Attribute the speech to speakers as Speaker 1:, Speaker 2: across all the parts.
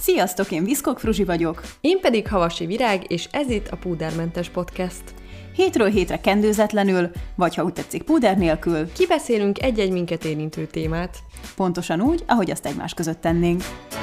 Speaker 1: Sziasztok, én Viszkok Fruzsi vagyok.
Speaker 2: Én pedig Havasi Virág, és ez itt a Púdermentes Podcast.
Speaker 1: Hétről hétre kendőzetlenül, vagy ha úgy tetszik, púder nélkül
Speaker 2: kibeszélünk egy-egy minket érintő témát.
Speaker 1: Pontosan úgy, ahogy azt egymás között tennénk.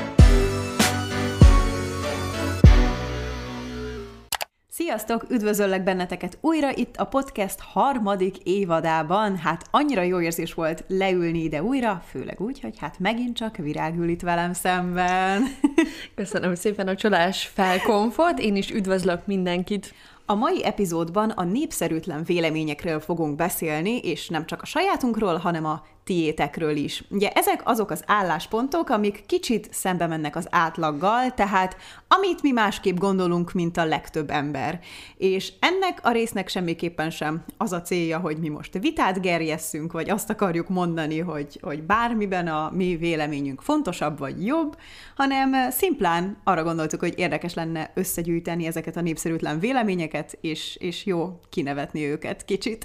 Speaker 1: Sziasztok, üdvözöllek benneteket újra itt a podcast harmadik évadában. Hát annyira jó érzés volt leülni ide újra, főleg úgy, hogy hát megint csak Virág ül itt velem szemben.
Speaker 2: Köszönöm szépen a csodás felkonfot, én is üdvözlök mindenkit.
Speaker 1: A mai epizódban a népszerűtlen véleményekről fogunk beszélni, és nem csak a sajátunkról, hanem a tiétekről is. Ugye ezek azok az álláspontok, amik kicsit szembe mennek az átlaggal, tehát amit mi másképp gondolunk, mint a legtöbb ember. És ennek a résznek semmiképpen sem az a célja, hogy mi most vitát gerjesszünk, vagy azt akarjuk mondani, hogy bármiben a mi véleményünk fontosabb vagy jobb, hanem szimplán arra gondoltuk, hogy érdekes lenne összegyűjteni ezeket a népszerűtlen véleményeket, és jó kinevetni őket kicsit.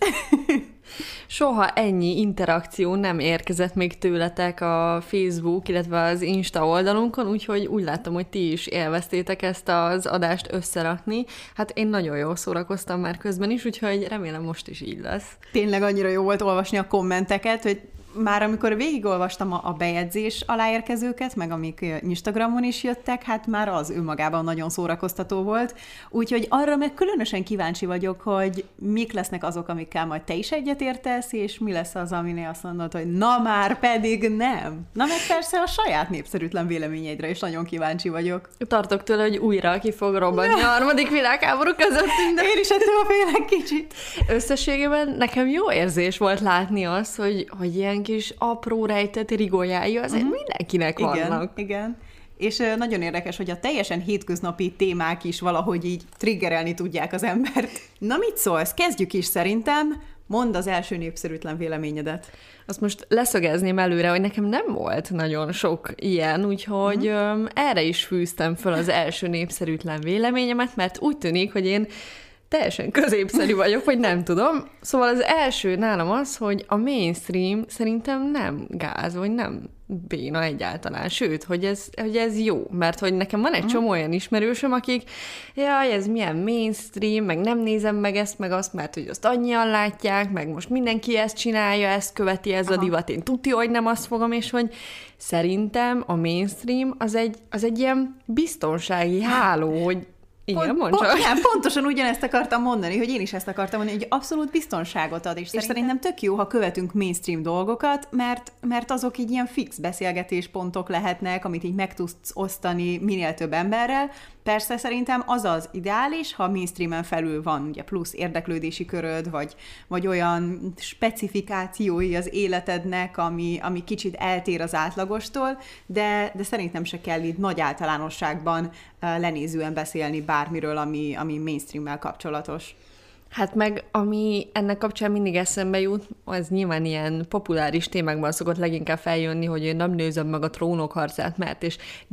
Speaker 2: Soha ennyi interakció nem érkezett még tőletek a Facebook, illetve az Insta oldalunkon, úgyhogy úgy láttam, hogy ti is élveztétek ezt az adást összerakni. Hát én nagyon jól szórakoztam már közben is, úgyhogy remélem most is így lesz.
Speaker 1: Tényleg annyira jó volt olvasni a kommenteket, hogy már amikor végigolvastam a bejegyzés aláérkezőket, meg amik Instagramon is jöttek, hát már az önmagában nagyon szórakoztató volt. Úgyhogy arra meg különösen kíváncsi vagyok, hogy mik lesznek azok, amikkel majd te is egyetértesz, és mi lesz az, aminél azt mondod, hogy na már pedig nem. Na meg persze a saját népszerűtlen véleményeidre is nagyon kíváncsi vagyok.
Speaker 2: Tartok tőle, hogy újra ki fog robbanni a harmadik világháború közöttünk.
Speaker 1: Én is ettől félek kicsit.
Speaker 2: Összességében nekem jó érzés volt látni azt, hogy ilyen kis apró rejtett rigójái azért mindenkinek vannak.
Speaker 1: Igen. És nagyon érdekes, hogy a teljesen hétköznapi témák is valahogy így triggerelni tudják az embert. Na mit szólsz? Kezdjük is szerintem. Mondd az első népszerűtlen véleményedet.
Speaker 2: Azt most leszögezném előre, hogy nekem nem volt nagyon sok ilyen, úgyhogy erre is fűztem föl az első népszerűtlen véleményemet, mert úgy tűnik, hogy én teljesen középszerű vagyok, vagy nem tudom. Szóval az első nálam az, hogy a mainstream szerintem nem gáz, vagy nem béna egyáltalán. Sőt, hogy ez jó. Mert hogy nekem van egy csomó olyan ismerősöm, akik jaj, ez milyen mainstream, meg nem nézem meg ezt, meg azt, mert hogy azt annyian látják, meg most mindenki ezt csinálja, ezt követi, ez a divat, én tudja, hogy nem azt fogom, és hogy szerintem a mainstream az egy ilyen biztonsági háló, hogy igen,
Speaker 1: pontosan ugyanezt akartam mondani, hogy én is ezt akartam mondani, hogy abszolút biztonságot ad, és szerintem tök jó, ha követünk mainstream dolgokat, mert azok így ilyen fix beszélgetéspontok lehetnek, amit így meg tudsz osztani minél több emberrel. Persze szerintem az az ideális, ha mainstreamen felül van ugye plusz érdeklődési köröd, vagy olyan specifikációi az életednek, ami kicsit eltér az átlagostól, de szerintem se kell így nagy általánosságban lenézően beszélni bármiről, ami mainstreammel kapcsolatos.
Speaker 2: Hát meg, ami ennek kapcsán mindig eszembe jut, az nyilván ilyen populáris témákban szokott leginkább feljönni, hogy én nem nézem meg a Trónok harcát, mert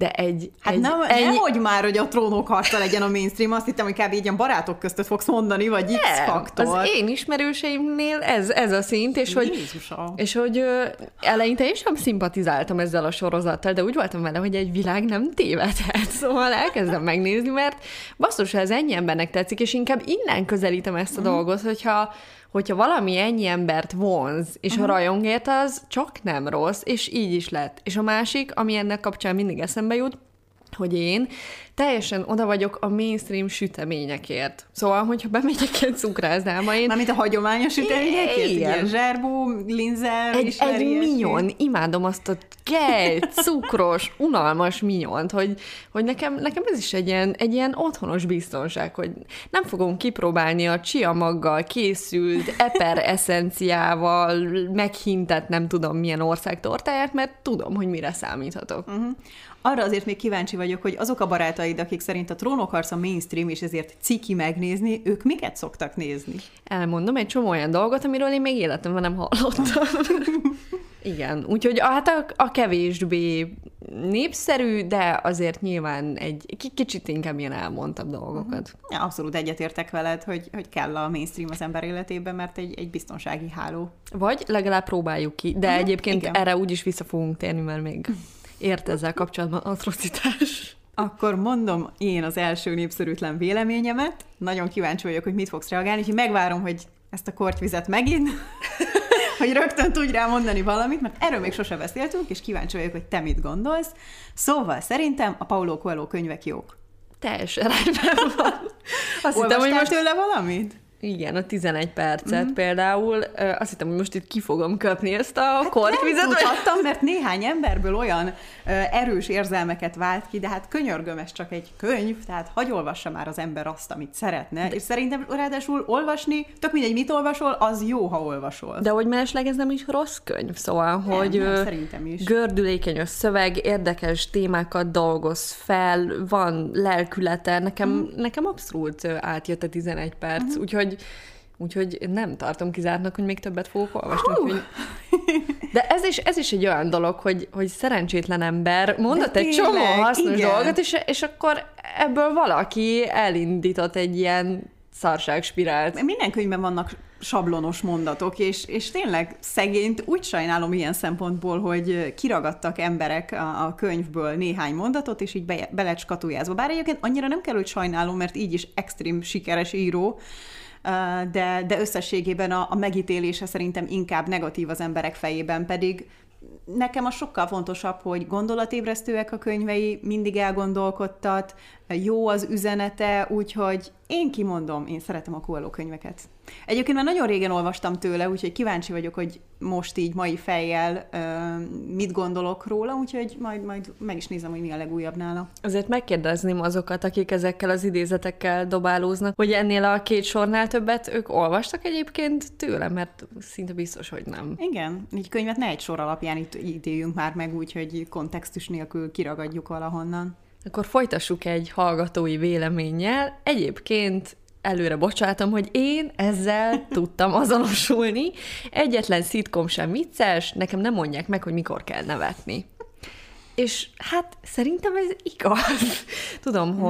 Speaker 1: nehogy már, hogy a Trónok harca legyen a mainstream, azt hittem, hogy kb. Így ilyen barátok között fogsz mondani, vagy X-faktor.
Speaker 2: Az én ismerőseimnél ez a szint, és hogy eleinte én sem szimpatizáltam ezzel a sorozattal, de úgy voltam vele, hogy egy világ nem tévedhet, szóval elkezdem megnézni, mert basszus, ez ennyi embernek tetszik, és inkább innen közelítem ezt a dolgot, hogyha valami ennyi embert vonz, és a rajongért, az csak nem rossz, és így is lett. És a másik, ami ennek kapcsán mindig eszembe jut, hogy én teljesen oda vagyok a mainstream süteményekért. Szóval, hogyha bemegyek egy cukrászdába, én...
Speaker 1: Mármint a hagyományos süteményekért? Ilyen zserbó, linzer,
Speaker 2: egy mignon. Imádom azt a kejt, cukros, unalmas mignont, hogy nekem ez is egy ilyen otthonos biztonság, hogy nem fogom kipróbálni a csiamaggal készült eper eszenciával meghintett nem tudom milyen ország tortáját, mert tudom, hogy mire számíthatok.
Speaker 1: Arra azért még kíváncsi vagyok, hogy azok a barátaid, akik szerint a Trónok harca mainstream, és ezért ciki megnézni, ők miket szoktak nézni?
Speaker 2: Elmondom egy csomó olyan dolgot, amiről én még életemben nem hallottam. Igen, úgyhogy hát a kevésbé népszerű, de azért nyilván egy kicsit inkább ilyen elmondtabb dolgokat.
Speaker 1: Ja, abszolút egyetértek veled, hogy kell a mainstream az ember életében, mert egy biztonsági háló.
Speaker 2: Vagy legalább próbáljuk ki, de egyébként igen. Erre úgyis vissza fogunk térni, mert még ért ezzel kapcsolatban atrocitás.
Speaker 1: Akkor mondom én az első népszerűtlen véleményemet. Nagyon kíváncsi vagyok, hogy mit fogsz reagálni, úgyhogy megvárom, hogy ezt a kortyvizet megint, hogy rögtön tudj rá mondani valamit, mert erről még sose beszéltünk, és kíváncsi vagyok, hogy te mit gondolsz. Szóval szerintem a Paulo Coelho könyvek jók.
Speaker 2: Teljesen rendben van.
Speaker 1: Olvastál hogy most tőle valamit?
Speaker 2: Igen, a 11 percet például. Azt hittem, hogy most itt ki fogom köpni ezt a kortyvizet.
Speaker 1: Nem tudhattam, mert néhány emberből olyan erős érzelmeket vált ki, de hát könyörgöm, ez csak egy könyv, tehát hagy olvassa már az ember azt, amit szeretne. És szerintem ráadásul olvasni, tök mindegy, mit olvasol, az jó, ha olvasol.
Speaker 2: De hogy mellesleg ez nem is rossz könyv, szóval,
Speaker 1: nem,
Speaker 2: hogy
Speaker 1: szerintem is.
Speaker 2: Gördülékeny szöveg, érdekes témákat dolgoz fel, van lelkülete, nekem abszolút átjött a 11 perc, úgyhogy nem tartom kizártnak, hogy még többet fogok olvasni. Úgyhogy... De ez is egy olyan dolog, hogy szerencsétlen ember mondott egy csomó hasznos dolgot, és akkor ebből valaki elindított egy ilyen szarságspirált.
Speaker 1: Minden könyvben vannak sablonos mondatok, és tényleg szegényt úgy sajnálom ilyen szempontból, hogy kiragadtak emberek a könyvből néhány mondatot, és így be lett skatujászva. Bár egyébként annyira nem kell, hogy sajnálom, mert így is extrém sikeres író, de összességében a megítélése szerintem inkább negatív az emberek fejében, pedig nekem az sokkal fontosabb, hogy gondolatébresztőek a könyvei, mindig elgondolkodtat, jó az üzenete, úgyhogy én kimondom, én szeretem a Coelho könyveket. Egyébként már nagyon régen olvastam tőle, úgyhogy kíváncsi vagyok, hogy most így mai fejjel mit gondolok róla, úgyhogy majd meg is nézem, hogy mi a legújabb nála.
Speaker 2: Azért megkérdezném azokat, akik ezekkel az idézetekkel dobálóznak, hogy ennél a 2 sornál többet ők olvastak egyébként tőle, mert szinte biztos, hogy nem.
Speaker 1: Igen, egy könyvet ne egy sor alapján ítéljünk már meg, úgyhogy kontextus nélkül kiragadjuk valahonnan.
Speaker 2: Akkor folytassuk egy hallgatói véleménnyel. Egyébként előre bocsátom, hogy én ezzel tudtam azonosulni. Egyetlen szitkom sem vicces, nekem nem mondják meg, hogy mikor kell nevetni. És hát szerintem ez igaz. Tudom,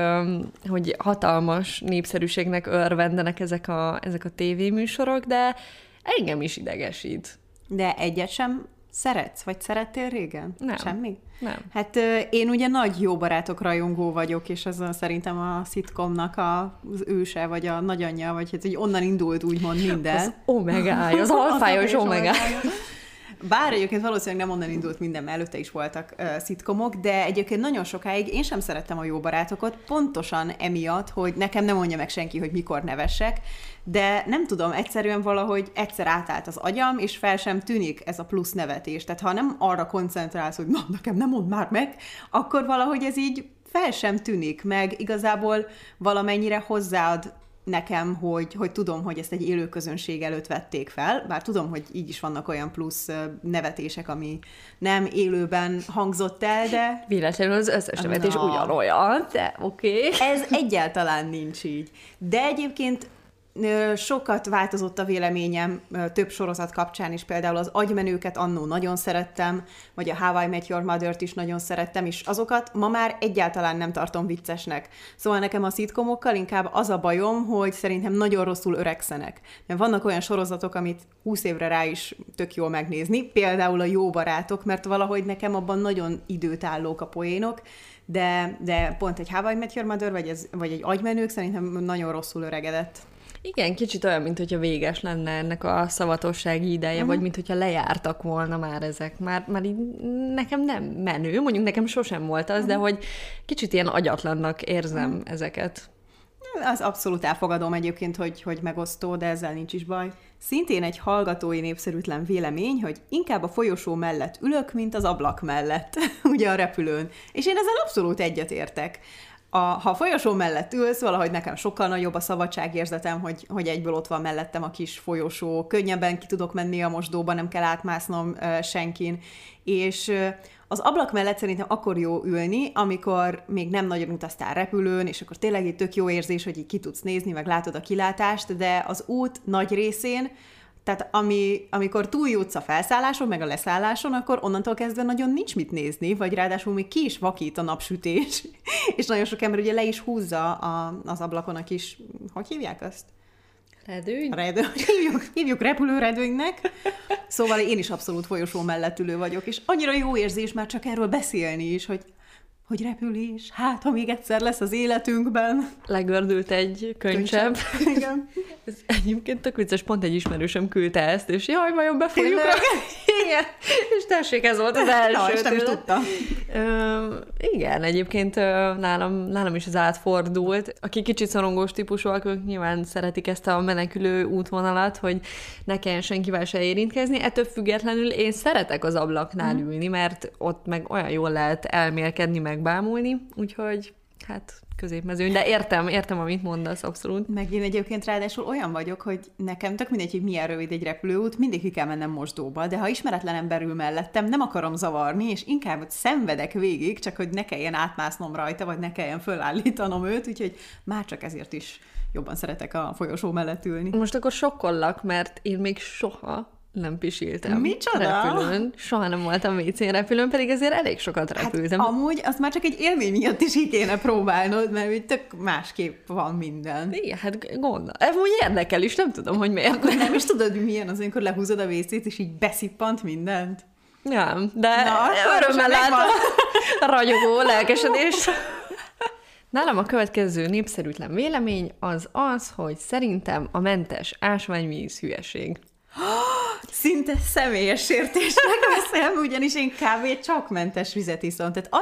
Speaker 2: hogy hatalmas népszerűségnek örvendenek ezek a tévéműsorok, de engem is idegesít.
Speaker 1: De egyet sem szeretsz? Vagy szerettél régen?
Speaker 2: Nem.
Speaker 1: Semmi?
Speaker 2: Nem.
Speaker 1: Hát én ugye nagy Jó barátok rajongó vagyok, és az szerintem a szitkomnak az őse, vagy a nagyanyja, vagy hát, hogy onnan indult úgymond minden.
Speaker 2: Az omegája, az alfája és omegája.
Speaker 1: Bár egyébként valószínűleg nem onnan indult minden, mert előtte is voltak szitkomok, de egyébként nagyon sokáig én sem szerettem a Jó barátokat, pontosan emiatt, hogy nekem nem mondja meg senki, hogy mikor nevessek, de nem tudom, egyszerűen valahogy egyszer átállt az agyam, és fel sem tűnik ez a plusz nevetés. Tehát ha nem arra koncentrálsz, hogy na, nekem nem mondd már meg, akkor valahogy ez így fel sem tűnik, meg igazából valamennyire hozzáad nekem, hogy tudom, hogy ezt egy élő közönség előtt vették fel, bár tudom, hogy így is vannak olyan plusz nevetések, ami nem élőben hangzott el, de...
Speaker 2: Véletlenül az összes nevetés ugyanolyan, de oké.
Speaker 1: Ez egyáltalán nincs így. De egyébként sokat változott a véleményem több sorozat kapcsán is, például az Agymenőket annó nagyon szerettem, vagy a How I Met Your Mother-t is nagyon szerettem, és azokat ma már egyáltalán nem tartom viccesnek. Szóval nekem a szitkomokkal inkább az a bajom, hogy szerintem nagyon rosszul öregszenek. Mert vannak olyan sorozatok, amit 20 évre rá is tök jól megnézni, például a Jó barátok, mert valahogy nekem abban nagyon időtállók a poénok, de pont egy How I Met Your Mother, vagy egy Agymenők szerintem nagyon rosszul öregedett.
Speaker 2: Igen, kicsit olyan, mint hogyha véges lenne ennek a szavatossági ideje, vagy mint hogyha lejártak volna már ezek. Már így nekem nem menő, mondjuk nekem sosem volt az, de hogy kicsit ilyen agyatlannak érzem ezeket.
Speaker 1: Az abszolút elfogadom egyébként, hogy megosztó, de ezzel nincs is baj. Szintén egy hallgatói népszerűtlen vélemény, hogy inkább a folyosó mellett ülök, mint az ablak mellett, ugye a repülőn. És én ezzel abszolút egyetértek. Ha a folyosó mellett ülsz, valahogy nekem sokkal nagyobb a szabadságérzetem, hogy egyből ott van mellettem a kis folyosó, könnyebben ki tudok menni a mosdóba, nem kell átmásznom senkin, és az ablak mellett szerintem akkor jó ülni, amikor még nem nagyon utaztál repülőn, és akkor tényleg egy tök jó érzés, hogy így ki tudsz nézni, meg látod a kilátást, de az út nagy részén, tehát amikor túljutsz a felszálláson, meg a leszálláson, akkor onnantól kezdve nagyon nincs mit nézni, vagy ráadásul még ki is vakít a napsütés, és nagyon sok ember ugye le is húzza az ablakon a kis, hogy hívják azt?
Speaker 2: Redőny?
Speaker 1: Hívjuk repülőredőnynek. Szóval én is abszolút folyosó mellett ülő vagyok, és annyira jó érzés már csak erről beszélni is, hogy repülés, hát ha még egyszer lesz az életünkben.
Speaker 2: Legördült egy könycsepp.
Speaker 1: Igen.
Speaker 2: Ez egyébként tök vicces, pont egy ismerősöm küldte ezt, és jaj, vajon befogjuk rá? Igen, és tessék, ez volt az első.
Speaker 1: Na, és nem is tudtam.
Speaker 2: Igen, egyébként nálam is ez átfordult. Aki kicsit szorongós típusúak, ők nyilván szeretik ezt a menekülő útvonalat, hogy ne kelljen senkivel se érintkezni. Ettől függetlenül én szeretek az ablaknál ülni, mert ott meg olyan jól lehet elmélkedni, meg bámulni, úgyhogy hát középmezőny, de értem, amit mondasz, abszolút.
Speaker 1: Meg én egyébként ráadásul olyan vagyok, hogy nekem tök mindegy, hogy milyen rövid egy repülőút, mindig ki kell mennem mosdóba, de ha ismeretlen ember ül mellettem, nem akarom zavarni, és inkább hogy szenvedek végig, csak hogy ne kelljen átmásznom rajta, vagy ne kelljen fölállítanom őt, úgyhogy már csak ezért is jobban szeretek a folyosó mellett ülni.
Speaker 2: Most akkor sokkollak, mert én még soha nem pisiltem.
Speaker 1: Micsoda?
Speaker 2: Repülőn. Soha nem voltam WC-n repülőn, pedig ezért elég sokat repültem.
Speaker 1: Hát amúgy azt már csak egy élmény miatt is így kéne próbálnod, mert úgy tök másképp van minden.
Speaker 2: Igen, hát gondol. Amúgy érdekel is, nem tudom, hogy miért.
Speaker 1: Akkor nem is tudod, hogy milyen az, amikor lehúzod a WC-t, és így beszippant mindent?
Speaker 2: Ja, de örömmel látom a ragyogó lelkesedés. Nálam a következő népszerűtlen vélemény az, hogy szerintem a mentes ásványvíz hülyeség.
Speaker 1: Szinte személyes sértésnek veszem, ugyanis én kb. Csak mentes vizet iszom. Tehát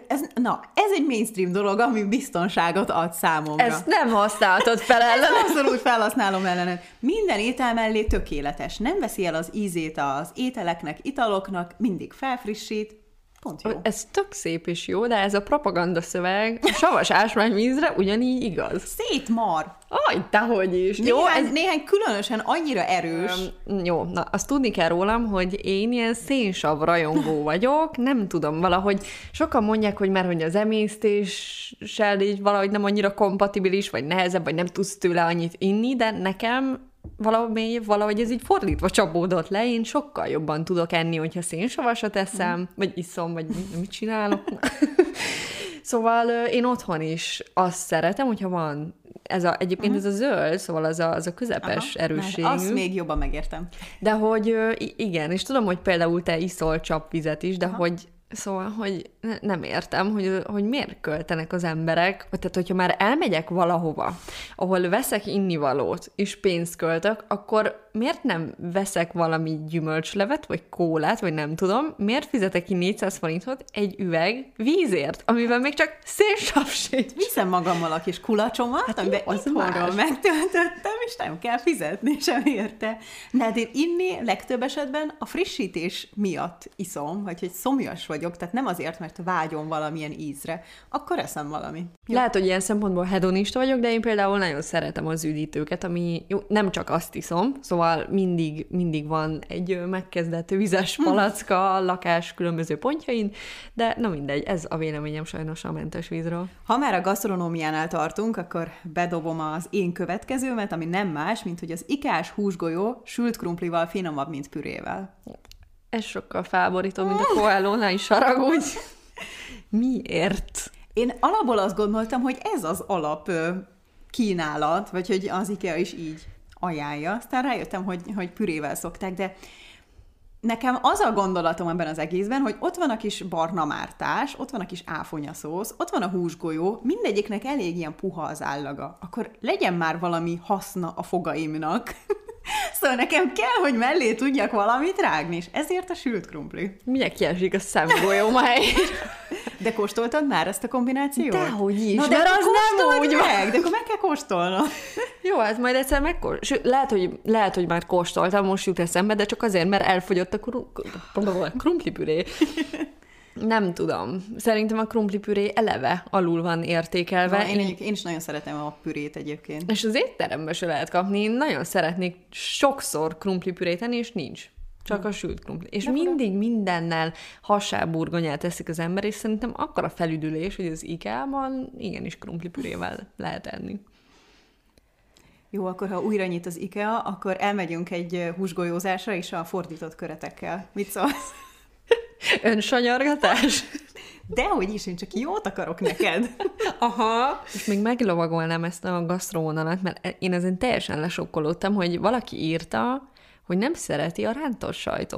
Speaker 1: ez egy mainstream dolog, ami biztonságot ad számomra.
Speaker 2: Ezt nem használhatod fel ellen.
Speaker 1: Abszolút felhasználom ellened. Minden étel mellé tökéletes. Nem veszi el az ízét az ételeknek, italoknak, mindig felfrissít. Pont jó.
Speaker 2: Ez tök szép és jó, de ez a propaganda szöveg a savas ásványvízre ugyanígy igaz.
Speaker 1: Szétmar.
Speaker 2: Aj, dehogy is.
Speaker 1: Néhány különösen annyira erős.
Speaker 2: Jó, na azt tudni kell rólam, hogy én ilyen szénsav rajongó vagyok, nem tudom, valahogy sokan mondják, hogy mert hogy az emésztéssel így valahogy nem annyira kompatibilis, vagy nehezebb, vagy nem tudsz tőle annyit inni, de nekem valahogy ez így fordítva csapódott le, én sokkal jobban tudok enni, hogyha szénsavasat eszem, vagy iszom, vagy mit csinálok. Szóval én otthon is azt szeretem, hogyha van egyébként ez a zöld, szóval az a közepes erősségű.
Speaker 1: Azt még jobban megértem.
Speaker 2: De hogy igen, és tudom, hogy például te iszol csapvizet is, de hogy szóval, hogy nem értem, hogy miért költenek az emberek, tehát hogyha már elmegyek valahova, ahol veszek innivalót, és pénzt költök, akkor miért nem veszek valami gyümölcslevet, vagy kólát, vagy nem tudom, miért fizetek ki 400 forintot egy üveg vízért, amiben még csak szénsav sincs?
Speaker 1: Viszem magammal a kis kulacsomat, amiben itthonról megtöltöttem, és nem kell fizetni sem érte. De hát én inni legtöbb esetben a frissítés miatt iszom, vagy hogy szomjas vagyok, tehát nem azért, mert vágyom valamilyen ízre, akkor eszem valami. Jó.
Speaker 2: Lehet, hogy ilyen szempontból hedonista vagyok, de én például nagyon szeretem az üdítőket, ami jó, nem csak azt iszom, szóval mindig van egy megkezdett vizes palacka a lakás különböző pontjain, de na mindegy, ez a véleményem sajnos a mentes vízről.
Speaker 1: Ha már a gasztronómiánál tartunk, akkor bedobom az én következőmet, ami nem más, mint hogy az IKEA-s húsgolyó sült krumplival finomabb, mint pürével.
Speaker 2: Ez sokkal felborító, mint a Coelho-nál is haragudj. Miért?
Speaker 1: Én alapból azt gondoltam, hogy ez az alap kínálat, vagy hogy az IKEA is így ajánlja. Aztán rájöttem, hogy pürével szokták, de nekem az a gondolatom ebben az egészben, hogy ott van a kis barna mártás, ott van a kis áfonyaszósz, ott van a húsgolyó, mindegyiknek elég ilyen puha az állaga. Akkor legyen már valami haszna a fogaimnak. Szóval nekem kell, hogy mellé tudjak valamit rágni, és ezért a sült krumpli.
Speaker 2: Mindjárt kiesik a szemgolyó majd.
Speaker 1: De kóstoltad már ezt a kombinációt?
Speaker 2: Dehogy is,
Speaker 1: de
Speaker 2: mert az nem úgy
Speaker 1: meg, de akkor meg kell kóstolnom.
Speaker 2: Jó, hát majd egyszer lehet, hogy már kóstoltam, most jut eszembe, de csak azért, mert elfogyott a krumplipüré. Nem tudom. Szerintem a krumplipüré eleve alul van értékelve.
Speaker 1: Na, én is nagyon szeretem a pürét egyébként.
Speaker 2: És az étteremben se lehet kapni. Én nagyon szeretnék sokszor krumplipürét enni, és nincs. Csak a sült krumpli. És mindig mindennel hasáburgonyát teszik az ember, és szerintem akkora felüdülés, hogy az IKEA-ban igenis krumplipürével lehet enni.
Speaker 1: Jó, akkor ha újra nyit az IKEA, akkor elmegyünk egy húsgolyózásra, és a fordított köretekkel. Mit szólsz?
Speaker 2: Önsanyargatás?
Speaker 1: Dehogy is, én csak jót akarok neked.
Speaker 2: Aha. És még meglovagolnám ezt a gasztrovonalat, mert én ezen teljesen lesokkolódtam, hogy valaki írta, hogy nem szereti a rántott sajtot.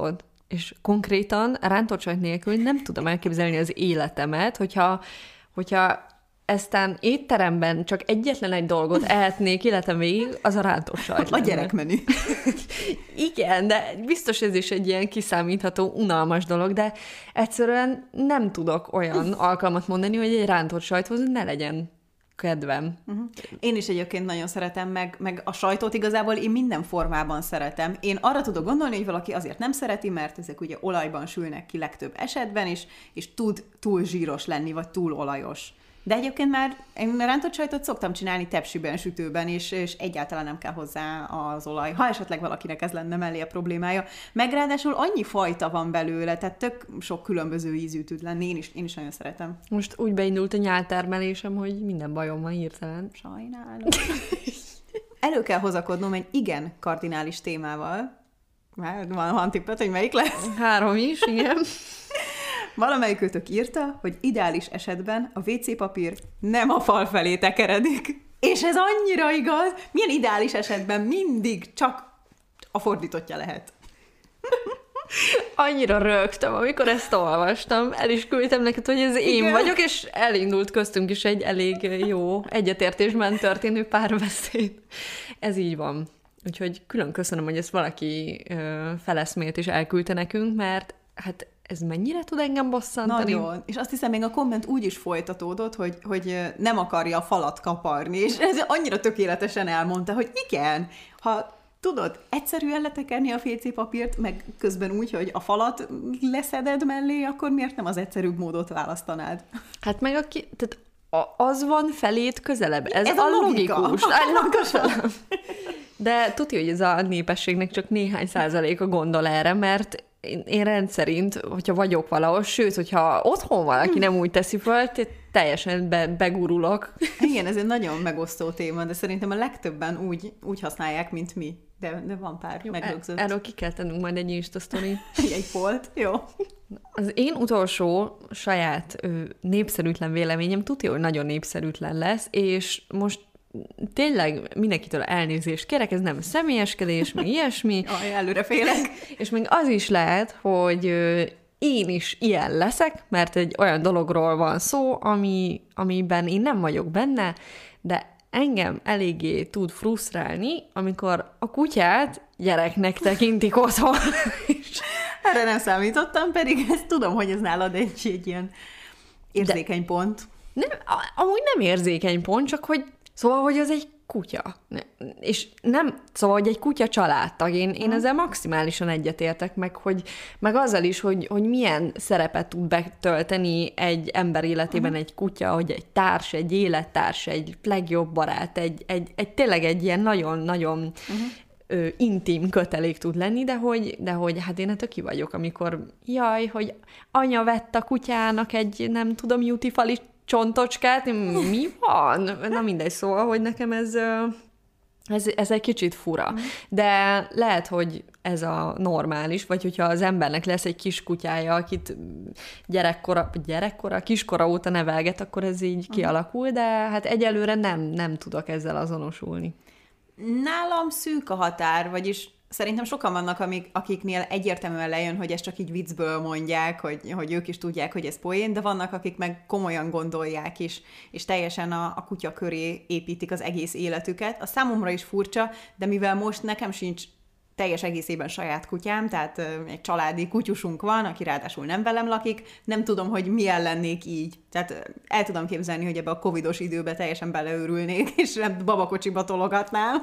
Speaker 2: és konkrétan rántott sajt nélkül nem tudom elképzelni az életemet, hogyha eztán étteremben csak egyetlen egy dolgot ehetnék életem végig, az a rántott sajt
Speaker 1: A gyerekmenü.
Speaker 2: Igen, de biztos ez is egy ilyen kiszámítható, unalmas dolog, de egyszerűen nem tudok olyan alkalmat mondani, hogy egy rántott sajthoz ne legyen kedvem.
Speaker 1: Én is egyébként nagyon szeretem, meg a sajtot igazából én minden formában szeretem. Én arra tudok gondolni, hogy valaki azért nem szereti, mert ezek ugye olajban sülnek ki legtöbb esetben, és tud túl zsíros lenni, vagy túl olajos. De egyébként már én rántott sajtot szoktam csinálni tepsiben, sütőben, és egyáltalán nem kell hozzá az olaj, ha esetleg valakinek ez lenne mellé a problémája. Meg ráadásul annyi fajta van belőle, tehát tök sok különböző ízű tud lenni, én is nagyon szeretem.
Speaker 2: Most úgy beindult a nyáltermelésem, hogy minden bajom van hirtelen.
Speaker 1: Sajnálom. Elő kell hozakodnom egy igen kardinális témával. Van tippet, hogy melyik lesz?
Speaker 2: 3 is, igen.
Speaker 1: Valamelyikőtök írta, hogy ideális esetben a WC papír nem a fal felé tekeredik. És ez annyira igaz, milyen ideális esetben mindig csak a fordítottja lehet.
Speaker 2: Annyira rögtem, amikor ezt olvastam, el is küldtem neked, hogy ez én
Speaker 1: Igen.
Speaker 2: vagyok, és elindult köztünk is egy elég jó egyetértésben történő párbeszéd. Ez így van. Úgyhogy külön köszönöm, hogy ezt valaki feleszmélt és elküldte nekünk, mert hát ez mennyire tud engem bosszantani?
Speaker 1: Nagyon. És azt hiszem, még a komment úgy is folytatódott, hogy nem akarja a falat kaparni, és ez annyira tökéletesen elmondta, hogy igen, ha tudod, egyszerűen letekerni a WC papírt, meg közben úgy, hogy a falat leszeded mellé, akkor miért nem az egyszerűbb módot választanád?
Speaker 2: Hát meg tehát az van felét közelebb. Ez
Speaker 1: a logika.
Speaker 2: logikus. De tudja, hogy ez a népességnek csak néhány százaléka gondol erre, mert én rendszerint, hogyha vagyok valahol, sőt, hogyha otthon valaki nem úgy teszi föl, teljesen begurulok.
Speaker 1: Igen, ez egy nagyon megosztó téma, de szerintem a legtöbben úgy használják, mint mi. De van pár megrögzött.
Speaker 2: Erről ki kell tennünk majd egy Insta sztori.
Speaker 1: Egy folt, jó.
Speaker 2: Az én utolsó saját népszerűtlen véleményem tudja, hogy nagyon népszerűtlen lesz, és most tényleg mindenkitől elnézést kérek, ez nem személyeskedés, meg ilyesmi.
Speaker 1: Előre félek.
Speaker 2: És még az is lehet, hogy én is ilyen leszek, mert egy olyan dologról van szó, amiben én nem vagyok benne, de engem eléggé tud frusztrálni, amikor a kutyát gyereknek tekintik otthon.
Speaker 1: Erre nem számítottam, pedig ezt tudom, hogy ez nálad egy ilyen érzékeny pont.
Speaker 2: Nem, amúgy nem érzékeny pont, csak hogy szóval, hogy az egy kutya. És nem, szóval, hogy egy kutya családtag. Én ezzel maximálisan egyetértek, meg azzal is, hogy milyen szerepet tud betölteni egy ember életében egy kutya, hogy egy társ, egy élettárs, egy legjobb barát, tényleg egy ilyen nagyon-nagyon intim kötelék tud lenni, de hogy hát én ettől ki vagyok, amikor jaj, hogy anya vett a kutyának egy, nem tudom, jutifali csontocskát, mi van? Na mindegy, szóval, hogy nekem ez egy kicsit fura. De lehet, hogy ez a normális, vagy hogyha az embernek lesz egy kis kutyája, akit kiskora óta nevelget, akkor ez így kialakul, de hát egyelőre nem tudok ezzel azonosulni.
Speaker 1: Nálam szűk a határ, vagyis szerintem sokan vannak, akiknél egyértelműen lejön, hogy ezt csak így viccből mondják, hogy ők is tudják, hogy ez poén, de vannak, akik meg komolyan gondolják is, és teljesen a kutya köré építik az egész életüket. A számomra is furcsa, de mivel most nekem sincs teljes egészében saját kutyám, tehát egy családi kutyusunk van, aki ráadásul nem velem lakik, nem tudom, hogy milyen lennék így. Tehát el tudom képzelni, hogy ebbe a covidos időbe teljesen beleőrülnék, és babakocsiba tologatnám.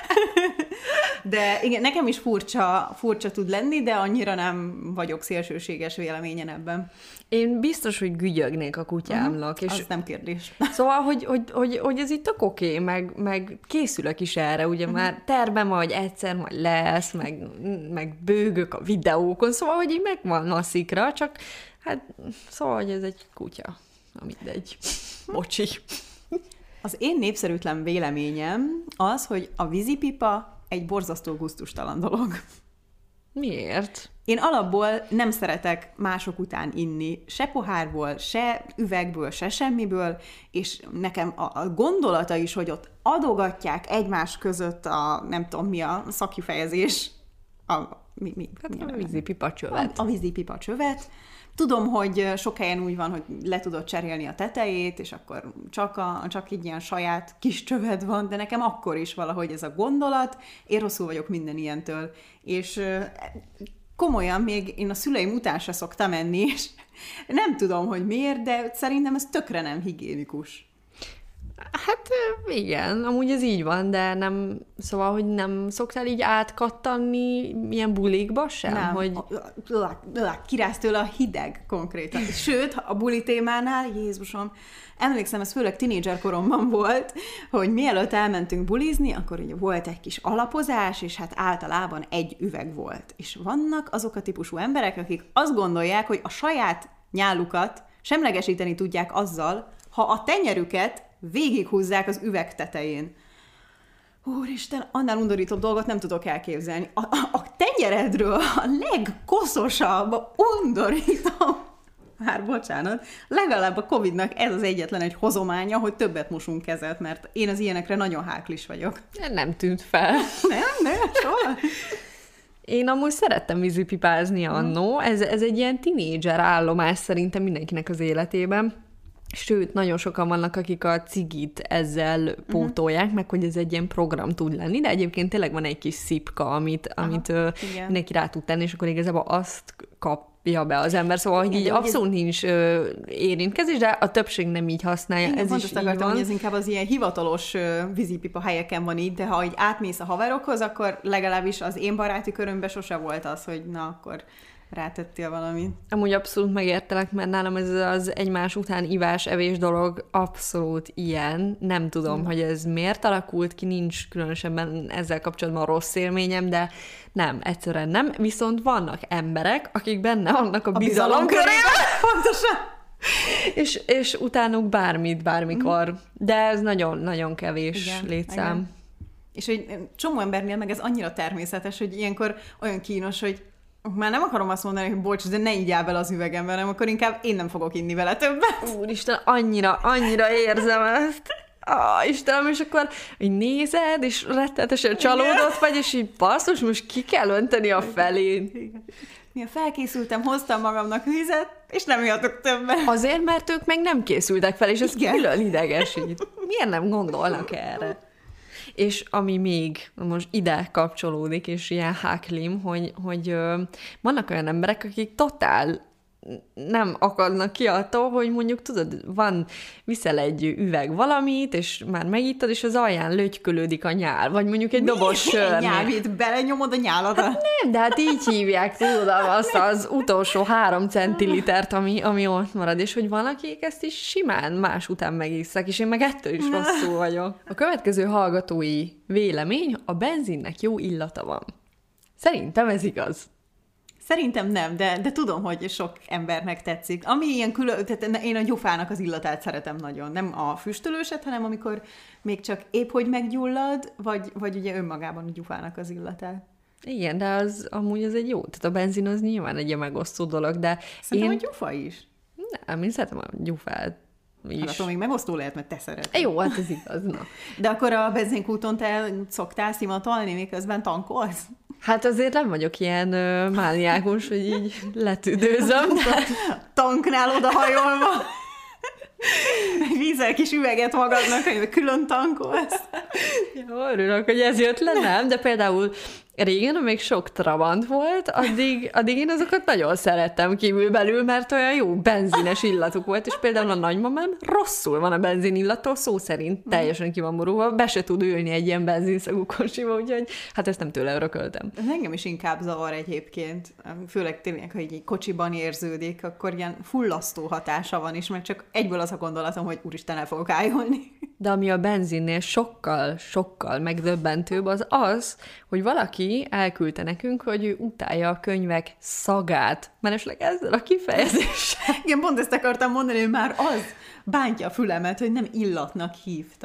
Speaker 1: De igen, nekem is furcsa tud lenni, de annyira nem vagyok szélsőséges véleményen ebben.
Speaker 2: Én biztos, hogy gügyögnék a kutyámnak. És
Speaker 1: az nem kérdés.
Speaker 2: Szóval, hogy ez itt tök oké, meg készülök is erre, ugye már terben vagy egyszer majd lesz, meg bőgök a videókon, szóval, hogy így megvan a szikra, csak hát szóval, hogy ez egy kutya. Na mindegy. Bocsi.
Speaker 1: Az én népszerűtlen véleményem az, hogy a vízipipa egy borzasztó gusztustalan dolog.
Speaker 2: Miért?
Speaker 1: Én alapból nem szeretek mások után inni, se pohárból, se üvegből, se semmiből, és nekem a gondolata is, hogy ott adogatják egymás között nem tudom mi a szakifejezés,
Speaker 2: A vízipipa csövet.
Speaker 1: A vízipipa csövet. Tudom, hogy sok helyen úgy van, hogy le tudod cserélni a tetejét, és akkor csak így ilyen saját kis csöved van, de nekem akkor is valahogy ez a gondolat, én rosszul vagyok minden ilyentől. És komolyan még én a szüleim után se szoktam enni, és nem tudom, hogy miért, de szerintem ez tökre nem higiénikus.
Speaker 2: Hát igen, amúgy ez így van, de nem, szóval, hogy nem szoktál így átkattanni milyen bulikba sem?
Speaker 1: Nem,
Speaker 2: hogy...
Speaker 1: kirász tőle a hideg konkrétan. Sőt, a buli témánál, Jézusom, emlékszem, ez főleg tinédzser koromban volt, hogy mielőtt elmentünk bulizni, akkor ugye volt egy kis alapozás, és hát általában egy üveg volt. És vannak azok a típusú emberek, akik azt gondolják, hogy a saját nyálukat semlegesíteni tudják azzal, ha a tenyerüket végighúzzák az üveg tetején. Úristen, annál undorítóbb dolgot nem tudok elképzelni. A tenyeredről a legkoszosabb, undorító, már bocsánat, legalább a Covid-nak ez az egyetlen egy hozománya, hogy többet mosunk kezet, mert én az ilyenekre nagyon háklis vagyok.
Speaker 2: Nem tűnt fel.
Speaker 1: Nem, soha.
Speaker 2: Én amúgy szerettem vízipipázni annó, ez egy ilyen tinédzser állomás szerintem mindenkinek az életében. Sőt, nagyon sokan vannak, akik a cigit ezzel pótolják, meg hogy ez egy ilyen program tud lenni, de egyébként tényleg van egy kis szipka, amit mindenki rá tud tenni, és akkor igazából azt kapja be az ember, szóval hogy így abszolút nincs érintkezés, de a többség nem így használja.
Speaker 1: Igen,
Speaker 2: ez is így van.
Speaker 1: hogy ez inkább az ilyen hivatalos vízipipa helyeken van így, de ha így átmész a haverokhoz, akkor legalábbis az én baráti körömben sose volt az, hogy na, akkor rátettél valamit.
Speaker 2: Amúgy abszolút megértelek, mert nálam ez az egymás után ivás-evés dolog abszolút ilyen. Nem tudom, hogy ez miért alakult ki, nincs különösebben ezzel kapcsolatban rossz élményem, de nem, egyszerűen nem. Viszont vannak emberek, akik benne vannak a bizalom körében.
Speaker 1: Pontosan.
Speaker 2: És utánuk bármikor. De ez nagyon-nagyon kevés létszám.
Speaker 1: Igen. És hogy csomó embernél meg ez annyira természetes, hogy ilyenkor olyan kínos, hogy már nem akarom azt mondani, hogy bocs, de ne igyál bele az üvegembe, hanem akkor inkább én nem fogok inni vele többet.
Speaker 2: Úristen, annyira érzem ezt. Istenem, és akkor így nézed, és rettenetesen csalódott vagy, és így basszus, most ki kell önteni a felén.
Speaker 1: Milyen felkészültem, hoztam magamnak vizet, és nem ihatok többet.
Speaker 2: Azért, mert ők meg nem készültek fel, és ez külön idegesít. Miért nem gondolnak erre? És ami még most ide kapcsolódik, és ilyen háklim, hogy vannak olyan emberek, akik totál nem akadnak ki attól, hogy mondjuk tudod, viszel egy üveg valamit, és már megittad, és az alján lögykölődik a nyál, vagy mondjuk egy doboz sör.
Speaker 1: Nyálvét belenyomod a nyáladat?
Speaker 2: Hát nem, de hát így hívják, tudod, azt az utolsó 3 centilitert, ami ott marad, és hogy van, akik ezt is simán más után megisszák, és én meg ettől is rosszul vagyok. A következő hallgatói vélemény, a benzinnek jó illata van. Szerintem ez igaz.
Speaker 1: Szerintem nem, de tudom, hogy sok embernek tetszik. Ami ilyen tehát én a gyufának az illatát szeretem nagyon. Nem a füstölőset, hanem amikor még csak épp hogy meggyullad, vagy ugye önmagában a gyufának az illatát.
Speaker 2: Igen, de amúgy az egy jó. Tehát a benzin az nyilván egy ilyen megosztó dolog, de
Speaker 1: szerintem a gyufa is.
Speaker 2: Nem, én szeretem a gyufát is.
Speaker 1: Hát attól még megosztó lehet, mert te szereted.
Speaker 2: Jó, hát ez igaz, na.
Speaker 1: De akkor a benzinkúton te szoktál szimatolni, miközben tankolsz?
Speaker 2: Hát azért nem vagyok ilyen mániákus, hogy így letüdőzöm. De...
Speaker 1: Tanknál odahajolva. Vízzel kis üveget magadnak, hogy külön tankolsz.
Speaker 2: Jó, örülök, hogy ez jött le, nem? De például régen, amíg sok Trabant volt, addig én azokat nagyon szerettem kívülbelül, mert olyan jó benzines illatuk volt, és például a nagymamám rosszul van a benzin illattól, szó szerint teljesen ki van borulva, be se tud ülni egy ilyen benzinszagú kocsiba, úgyhogy hát ezt nem tőle örököltem.
Speaker 1: Engem is inkább zavar egyébként, főleg tényleg, hogy egy kocsiban érződik, akkor ilyen fullasztó hatása van is, mert csak egyből az a gondolatom, hogy úristen, el fogok ájulni.
Speaker 2: De ami a benzinnél sokkal megdöbbentőbb az, hogy valaki elküldte nekünk, hogy ő utálja a könyvek szagát. Mellesleg ezzel a kifejezéssel.
Speaker 1: Igen, pont ezt akartam mondani, hogy már az bántja a fülemet, hogy nem illatnak hívta.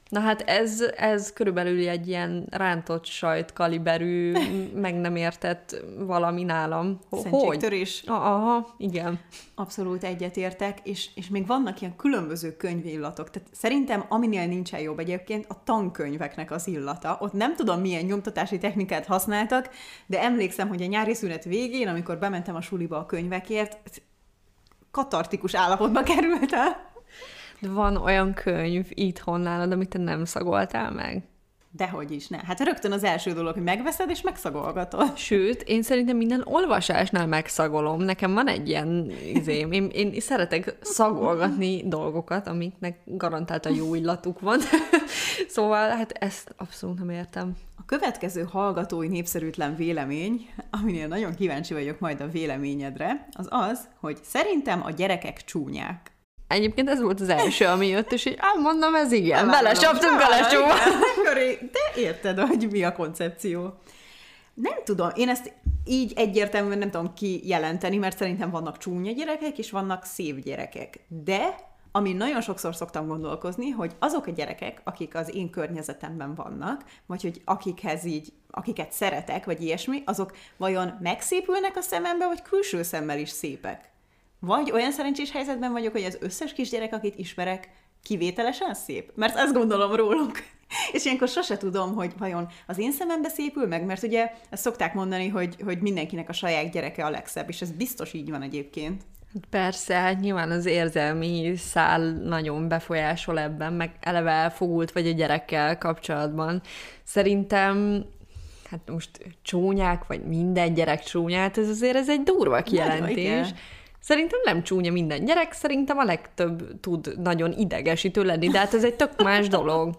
Speaker 2: Na hát ez körülbelül egy ilyen rántott sajt kaliberű, meg nem értett valami nálam.
Speaker 1: Szentségtörés.
Speaker 2: Aha, igen.
Speaker 1: Abszolút egyetértek, és még vannak ilyen különböző könyvilllatok. Tehát szerintem aminél nincsen jobb egyébként a tankönyveknek az illata. Ott nem tudom, milyen nyomtatási technikát használtak, de emlékszem, hogy a nyári szünet végén, amikor bementem a suliba a könyvekért, katartikus állapotba kerültem.
Speaker 2: De van olyan könyv itthon nálad, amit te nem szagoltál meg?
Speaker 1: Dehogy is, ne. Hát rögtön az első dolog, hogy megveszed és megszagolgatod.
Speaker 2: Sőt, én szerintem minden olvasásnál megszagolom. Nekem van egy ilyen izém. Én szeretek szagolgatni dolgokat, amiknek garantáltan jó illatuk van. Szóval hát ezt abszolút nem értem.
Speaker 1: A következő hallgatói népszerűtlen vélemény, aminél nagyon kíváncsi vagyok majd a véleményedre, az az, hogy szerintem a gyerekek csúnyák.
Speaker 2: Egyébként ez volt az első, ami jött, és így, mondom, ez igen, belecsaptunk a lecsóba.
Speaker 1: De érted, hogy mi a koncepció. Nem tudom, én ezt így egyértelműen nem tudom kijelenteni, mert szerintem vannak csúnya gyerekek, és vannak szép gyerekek. De amin nagyon sokszor szoktam gondolkozni, hogy azok a gyerekek, akik az én környezetemben vannak, vagy hogy akiket szeretek, vagy ilyesmi, azok vajon megszépülnek a szemembe, vagy külső szemmel is szépek? Vagy olyan szerencsés helyzetben vagyok, hogy az összes kisgyerek, akit ismerek, kivételesen szép? Mert ezt gondolom róluk. És ilyenkor sose tudom, hogy vajon az én szemembe szépül meg, mert ugye ezt szokták mondani, hogy mindenkinek a saját gyereke a legszebb, és ez biztos így van egyébként.
Speaker 2: Persze, hát nyilván az érzelmi szál nagyon befolyásol ebben, meg eleve elfogult vagy a gyerekkel kapcsolatban. Szerintem hát most csúnyák, vagy minden gyerek csúnyát, ez egy durva kijelentés. Szerintem nem csúnya minden gyerek, szerintem a legtöbb tud nagyon idegesítő lenni, de hát ez egy tök más dolog.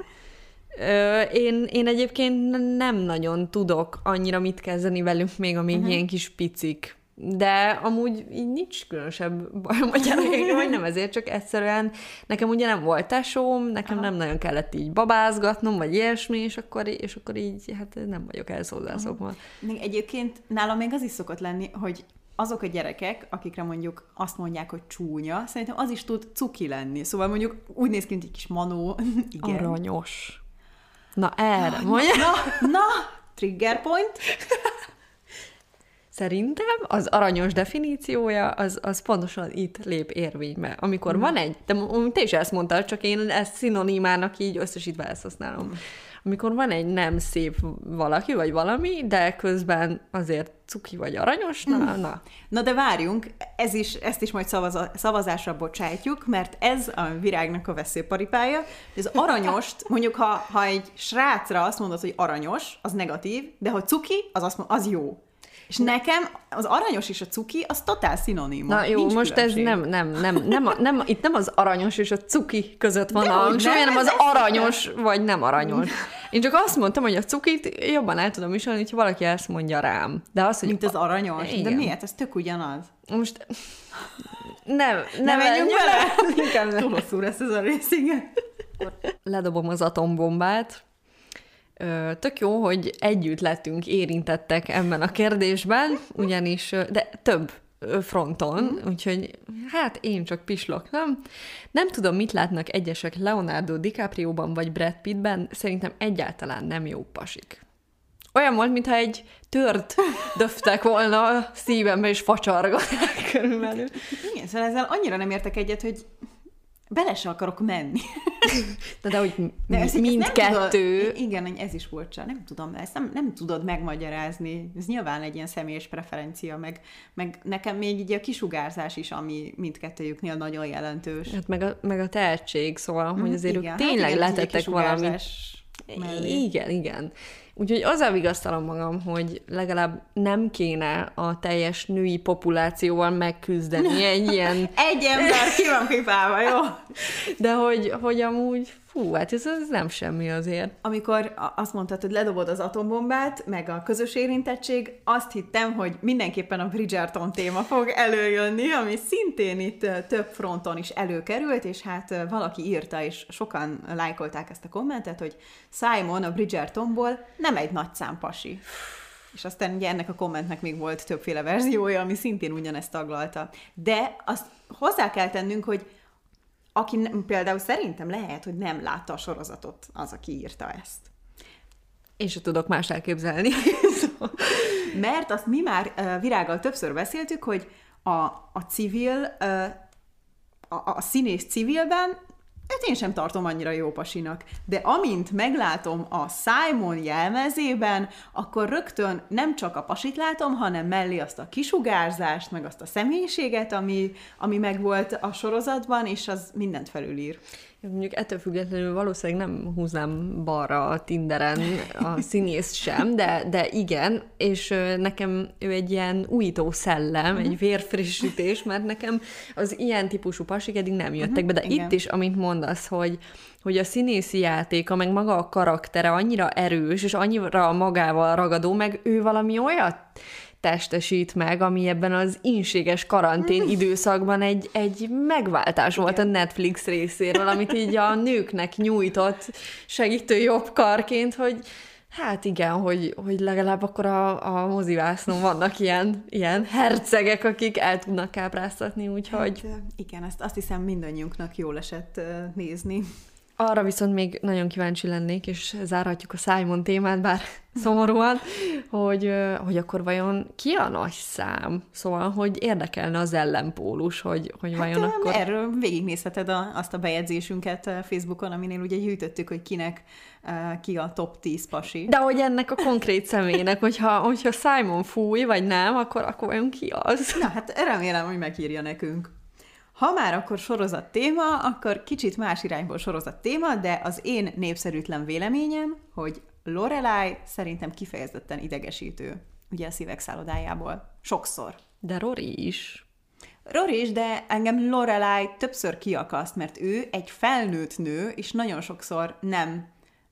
Speaker 2: Én egyébként nem nagyon tudok annyira mit kezdeni velük, még amíg ilyen kis picik. De amúgy így nincs különösebb bajom a gyerekekkel, vagy nem ezért, csak egyszerűen nekem ugye nem volt tesóm, nekem nem nagyon kellett így babázgatnom, vagy ilyesmi, és akkor így hát nem vagyok ehhez hozzászokva.
Speaker 1: Egyébként nálam még az is szokott lenni, hogy azok a gyerekek, akikre mondjuk azt mondják, hogy csúnya, szerintem az is tud cuki lenni. Szóval mondjuk úgy néz ki, mint egy kis manó. Igen.
Speaker 2: Aranyos. Na erre mondja.
Speaker 1: Na, trigger point.
Speaker 2: Szerintem az aranyos definíciója az pontosan itt lép érvénybe. Amikor van egy, de te is ezt mondtad, csak én ezt szinonimának így összesítve ezt használom. Amikor van egy nem szép valaki, vagy valami, de közben azért cuki vagy aranyos, na.
Speaker 1: Na de várjunk, ezt is majd szavazásra bocsájtjuk, mert ez a virágnak a veszőparipája. Az aranyost, mondjuk ha egy srácra azt mondod, hogy aranyos, az negatív, de ha cuki, az jó. És nekem az aranyos és a cuki, az totál szinoníma.
Speaker 2: Na jó, nincs most különbség. Ez nem, itt nem az aranyos és a cuki között van a hangsúly, hanem az aranyos vagy nem aranyos. Én csak azt mondtam, hogy a cukit jobban el tudom viselni, hogyha valaki ezt mondja rám. De az, hogy
Speaker 1: mint az aranyos?
Speaker 2: Igen.
Speaker 1: De miért? Ez tök ugyanaz.
Speaker 2: Most nem
Speaker 1: menjünk bele. Túl hosszú lesz ez a rész, igen.
Speaker 2: Ledobom az atombombát. Tök jó, hogy együtt lettünk érintettek ebben a kérdésben, ugyanis, de több fronton, úgyhogy hát én csak pislok, nem? Nem tudom, mit látnak egyesek Leonardo DiCaprioban vagy Brad Pittben, szerintem egyáltalán nem jó pasik. Olyan volt, mintha egy tört döftek volna a szívembe, és facsargatták körülbelül.
Speaker 1: Igen, szóval ezzel annyira nem értek egyet, hogy bele se akarok menni.
Speaker 2: De hogy mindkettő...
Speaker 1: Igen, ez is furcsa. Nem tudom, ezt nem tudod megmagyarázni. Ez nyilván egy ilyen személyes preferencia, meg nekem még így a kisugárzás is, ami mindkettőjüknél nagyon jelentős.
Speaker 2: Hát meg a tehetség, szóval, hogy azért ők tényleg letettek valamit. Igen. Úgyhogy azzal vigasztalom magam, hogy legalább nem kéne a teljes női populációval megküzdeni egy ilyen...
Speaker 1: Egy ember ki van pipálva, jó?
Speaker 2: De hogy amúgy, hát ez nem semmi azért.
Speaker 1: Amikor azt mondtad, hogy ledobod az atombombát, meg a közös érintettség, azt hittem, hogy mindenképpen a Bridgerton téma fog előjönni, ami szintén itt több fronton is előkerült, és hát valaki írta, és sokan lájkolták ezt a kommentet, hogy Simon a Bridgertonból nem egy nagyszám pasi. És aztán ugye ennek a kommentnek még volt többféle verziója, ami szintén ugyanezt taglalta. De azt hozzá kell tennünk, hogy aki például szerintem lehet, hogy nem látta a sorozatot az, aki írta ezt.
Speaker 2: Én sem tudok más elképzelni.
Speaker 1: Mert azt mi már Virággal többször beszéltük, hogy a civil, a színész civilben, őt én sem tartom annyira jó pasinak. De amint meglátom a Simon jelmezében, akkor rögtön nem csak a pasit látom, hanem mellé azt a kisugárzást, meg azt a személyiséget, ami megvolt a sorozatban, és az mindent felülír.
Speaker 2: Mondjuk ettől függetlenül valószínűleg nem húznám balra a Tinderen a színész sem, de igen, és nekem ő egy ilyen újító szellem, egy vérfrissítés, mert nekem az ilyen típusú pasik eddig nem jöttek be, de igen. Itt is, amint mondasz, hogy a színészi játéka, meg maga a karaktere annyira erős, és annyira magával ragadó, meg ő valami olyat testesít meg, ami ebben az ínséges karantén időszakban egy megváltás volt a Netflix részéről, amit így a nőknek nyújtott segítő jobb karként, hogy hát igen, hogy legalább akkor a mozivásznon vannak ilyen hercegek, akik el tudnak kápráztatni, úgyhogy...
Speaker 1: Hát, igen, azt hiszem mindannyiunknak jól esett nézni.
Speaker 2: Arra viszont még nagyon kíváncsi lennék, és zárhatjuk a Simon témát, bár szomorúan, hogy akkor vajon ki a nagy szám? Szóval, hogy érdekelne az ellenpólus, hogy vajon akkor...
Speaker 1: Erről végignézheted azt a bejegyzésünket Facebookon, aminél ugye gyűjtöttük, hogy kinek ki a top 10 pasi.
Speaker 2: De hogy ennek a konkrét személynek, hogyha Simon fúj, vagy nem, akkor vajon ki az?
Speaker 1: Na, hát remélem, hogy megírja nekünk. Ha már akkor sorozat téma, akkor kicsit más irányból sorozat téma, de az én népszerűtlen véleményem, hogy Lorelai szerintem kifejezetten idegesítő, ugye a Szívek szállodájából. Sokszor.
Speaker 2: De Rory is.
Speaker 1: Rory is, de engem Lorelai többször kiakaszt, mert ő egy felnőtt nő, és nagyon sokszor nem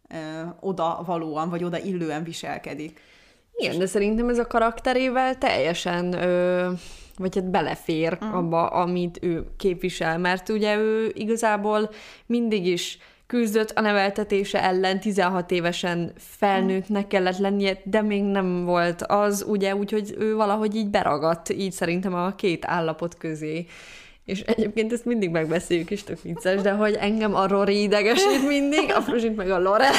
Speaker 1: oda valóan, vagy oda illően viselkedik.
Speaker 2: Igen, de szerintem ez a karakterével teljesen... vagy hát belefér abba, amit ő képvisel, mert ugye ő igazából mindig is küzdött a neveltetése ellen, 16 évesen felnőttnek kellett lennie, de még nem volt az, ugye, úgyhogy ő valahogy így beragadt, így szerintem a két állapot közé. És egyébként ezt mindig megbeszéljük, és tök vicces, de hogy engem a Rory idegesít mindig, a Fruzsit meg a Lorelai.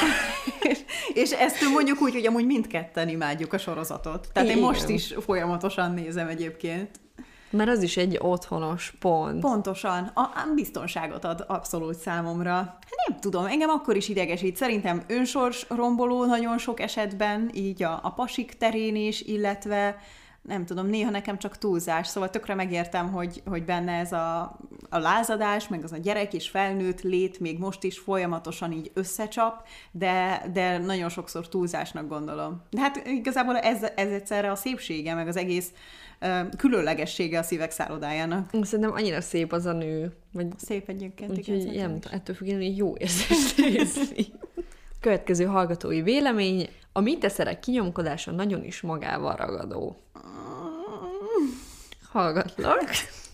Speaker 1: És ezt mondjuk úgy, hogy amúgy mindketten imádjuk a sorozatot. Tehát én most is folyamatosan nézem egyébként.
Speaker 2: Mert az is egy otthonos pont.
Speaker 1: Pontosan. A biztonságot ad abszolút számomra. Hát nem tudom, engem akkor is idegesít. Szerintem önsors romboló nagyon sok esetben, így a pasik terén is, illetve nem tudom, néha nekem csak túlzás, szóval tökre megértem, hogy benne ez a lázadás, meg az a gyerek és felnőtt lét még most is folyamatosan így összecsap, de nagyon sokszor túlzásnak gondolom. De hát igazából ez egyszerre a szépsége, meg az egész különlegessége a Szívek szállodájának.
Speaker 2: Szerintem annyira szép az a nő. Vagy...
Speaker 1: Szép egyébként.
Speaker 2: Úgyhogy ettől függetlenül jó érzés nézni. Következő hallgatói vélemény. A míteszerek kinyomkodása nagyon is magával ragadó. Hallgatlak.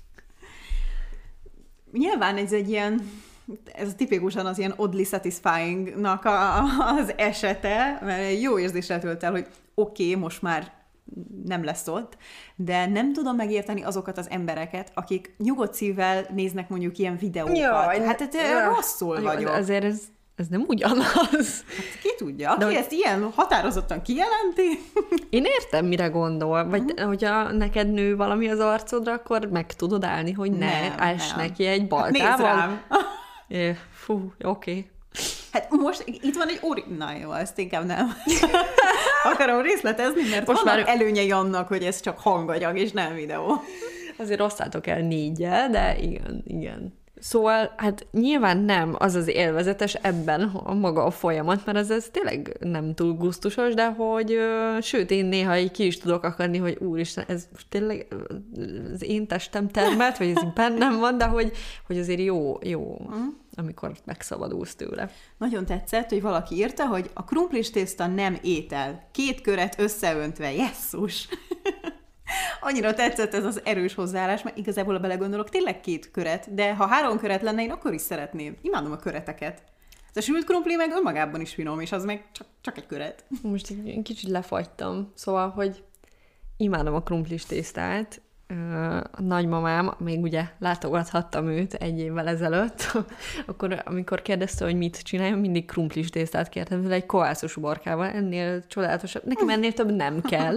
Speaker 2: Nyilván
Speaker 1: ez tipikusan az ilyen oddly satisfying-nak az esete, mert jó érzéssel tölt el, hogy oké, most már nem lesz ott, de nem tudom megérteni azokat az embereket, akik nyugodt szívvel néznek mondjuk ilyen videókat.
Speaker 2: Jaj,
Speaker 1: hát rosszul vagyok.
Speaker 2: Azért ez nem ugyanaz.
Speaker 1: Hát ki tudja? Aki ezt ilyen határozottan kijelenti?
Speaker 2: Én értem, mire gondol. Vagy hogyha neked nő valami az arcodra, akkor meg tudod állni, hogy ne áss neki egy baltával.
Speaker 1: Hát nézd rám!
Speaker 2: Fú, oké.
Speaker 1: Hát most itt van egy na jó, ezt inkább nem akarom részletezni, mert most vannak már előnyei annak, hogy ez csak hanganyag, és nem videó.
Speaker 2: Azért osztátok el 4-jel, de igen. Szóval, hát nyilván nem az az élvezetes ebben maga a folyamat, mert ez tényleg nem túl gusztusos, de hogy, sőt, én néha így ki is tudok akadni, hogy úristen, ez most tényleg az én testem termelt, vagy ez bennem van, de hogy azért jó, amikor megszabadulsz tőle.
Speaker 1: Nagyon tetszett, hogy valaki írta, hogy a krumplis tészta nem étel. 2 köret összeöntve, jesszus! Annyira tetszett ez az erős hozzáállás, mert igazából, ha belegondolok, tényleg 2 köret, de ha 3 köret lenne, én akkor is szeretném. Imádom a köreteket. Ez a sült krumpli meg önmagában is finom, és az meg csak egy köret.
Speaker 2: Most egy kicsit lefagytam, szóval, hogy imádom a krumplis tésztát, a nagymamám, még ugye látogathattam őt 1 évvel ezelőtt, akkor amikor kérdezte, hogy mit csináljon, mindig krumplis tésztát kértem vele egy kovászos uborkával, ennél csodálatosabb. Nekem ennél több nem kell.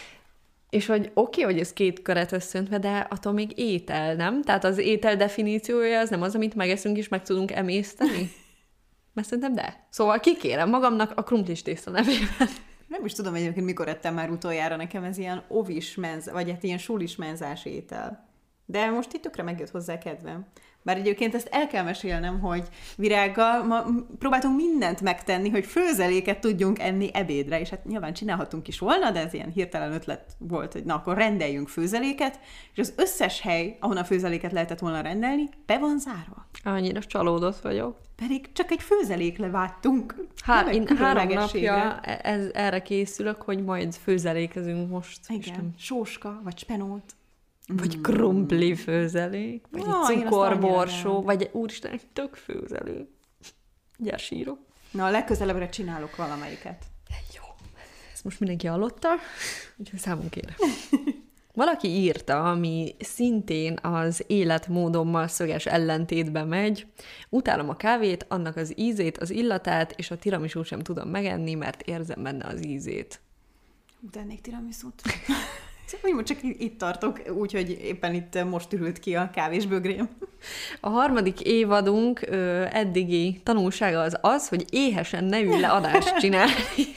Speaker 2: És hogy oké, hogy ez 2 köret összöntve, de attól még étel, nem? Tehát az étel definíciója az nem az, amit megeszünk és meg tudunk emészteni? Mert szerintem de. Szóval kikérem magamnak a krumplis tészta nevében.
Speaker 1: Nem is tudom egyébként, mikor ettem már utoljára, nekem ez ilyen ovis vagy hát ilyen sulis menzás étel. De most itt tökre megjött hozzá kedvem. Bár egyébként ezt el kell mesélnem, hogy Virággal ma próbáltunk mindent megtenni, hogy főzeléket tudjunk enni ebédre, és hát nyilván csinálhatunk is volna, de ez ilyen hirtelen ötlet volt, hogy na, akkor rendeljünk főzeléket, és az összes hely, ahonnan főzeléket lehetett volna rendelni, be van zárva.
Speaker 2: Annyira csalódott vagyok.
Speaker 1: Pedig csak egy főzelékre vágytunk.
Speaker 2: Én 3 napja erre készülök, hogy majd főzelékezünk most.
Speaker 1: Igen, sóska, vagy spenót.
Speaker 2: Vagy krumpli főzelék, vagy egy cukorborsó, vagy úristen, egy tök főzelék. Gyere, sírok.
Speaker 1: Na, a legközelebbre csinálok valamelyiket.
Speaker 2: Jó. Ezt most mindenki hallotta, úgyhogy számon kérem. Valaki írta, ami szintén az életmódommal szöges ellentétben megy. Utálom a kávét, annak az ízét, az illatát, és a tiramisút sem tudom megenni, mert érzem benne az ízét.
Speaker 1: Tennék tiramisút. Úgymond csak itt tartok, úgyhogy éppen itt most ürült ki a kávésbögrém.
Speaker 2: A 3. évadunk eddigi tanulsága az, hogy éhesen ne ülj le adást csinálni.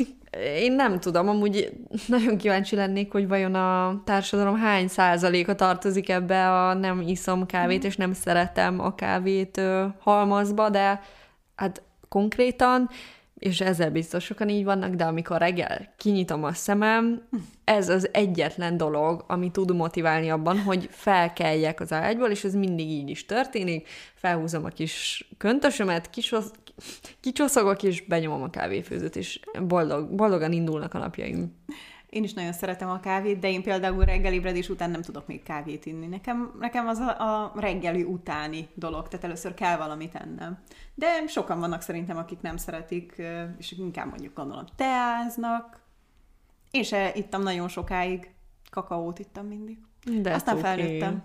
Speaker 2: Én nem tudom, amúgy nagyon kíváncsi lennék, hogy vajon a társadalom hány százaléka tartozik ebbe a nem iszom kávét, és nem szeretem a kávét halmazba, de hát konkrétan, és ezzel biztos sokan így vannak, de amikor reggel kinyitom a szemem, ez az egyetlen dolog, ami tud motiválni abban, hogy felkeljek az ágyból, és ez mindig így is történik. Felhúzom a kis köntösömet, kicsoszogok, és benyomom a kávéfőzőt, és boldogan indulnak a napjaim.
Speaker 1: Én is nagyon szeretem a kávét, de én például reggelébredés után nem tudok még kávét inni. Nekem az a reggeli utáni dolog, tehát először kell valamit ennem. De sokan vannak szerintem, akik nem szeretik, és inkább mondjuk gondolom teáznak. Én se ittam nagyon sokáig, kakaót ittam mindig.
Speaker 2: De
Speaker 1: aztán felnőttem.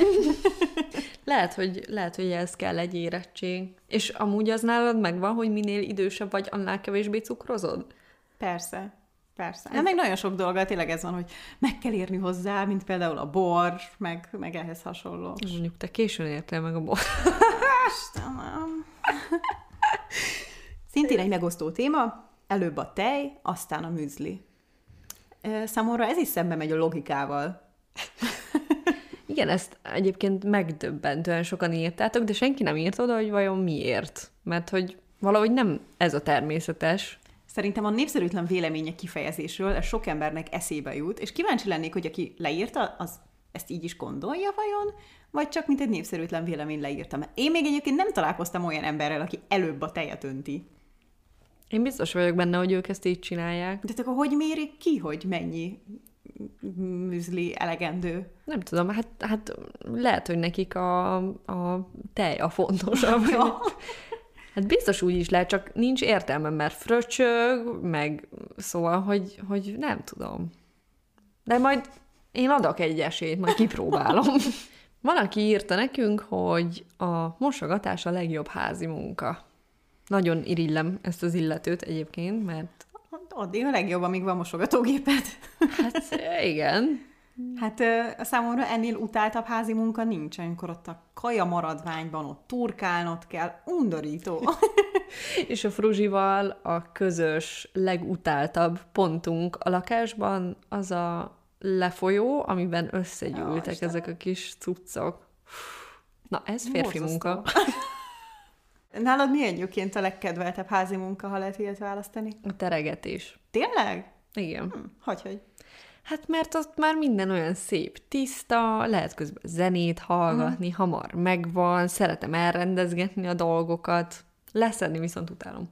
Speaker 2: Lehet, hogy ez kell egy érettség. És amúgy az nálad megvan, hogy minél idősebb vagy, annál kevésbé cukrozod?
Speaker 1: Persze. Hát meg nagyon sok dolga, tényleg ez van, hogy meg kell érni hozzá, mint például a bor, meg ehhez hasonló.
Speaker 2: Mondjuk te későn értél meg a bor.
Speaker 1: Istenem. Szintén egy megosztó téma, előbb a tej, aztán a műzli. Számomra ez is szembe megy a logikával.
Speaker 2: Igen, ezt egyébként megdöbbentően sokan írtátok, de senki nem írt oda, hogy vajon miért. Mert hogy valahogy nem ez a természetes.
Speaker 1: Szerintem a népszerűtlen vélemények kifejezésről ez sok embernek eszébe jut, és kíváncsi lennék, hogy aki leírta, az ezt így is gondolja vajon, vagy csak mint egy népszerűtlen vélemény leírtam. Én még egyébként nem találkoztam olyan emberrel, aki előbb a tejet önti.
Speaker 2: Én biztos vagyok benne, hogy ők ezt így csinálják.
Speaker 1: De akkor hogy mérik ki, hogy mennyi műzli elegendő?
Speaker 2: Nem tudom, hát lehet, hogy nekik a tej a fontosabb.
Speaker 1: Ja.
Speaker 2: Hát biztos úgy is lehet, csak nincs értelme, mert fröcsög, meg szóval, hogy nem tudom. De majd én adok egy esélyt, majd kipróbálom. Van, aki írta nekünk, hogy a mosogatás a legjobb házi munka. Nagyon irigylem ezt az illetőt egyébként, mert...
Speaker 1: Addig a legjobb, amíg van mosogatógéped.
Speaker 2: Hát igen.
Speaker 1: Hát a számomra ennél utáltabb házi munka nincs, amikor ott a kaja maradványban ott turkálnod kell. Undorító.
Speaker 2: És a Fruzsival a közös legutáltabb pontunk a lakásban az a lefolyó, amiben összegyűltek ezek a kis cuccok. Na, ez férfi munka.
Speaker 1: Nálad mi egyébként a legkedveltebb házi munka, ha lehet ilyet választani?
Speaker 2: A teregetés.
Speaker 1: Tényleg?
Speaker 2: Igen.
Speaker 1: Hogy?
Speaker 2: Hát mert ott már minden olyan szép, tiszta, lehet közben zenét hallgatni, hamar megvan, szeretem elrendezgetni a dolgokat. Leszedni viszont utálom.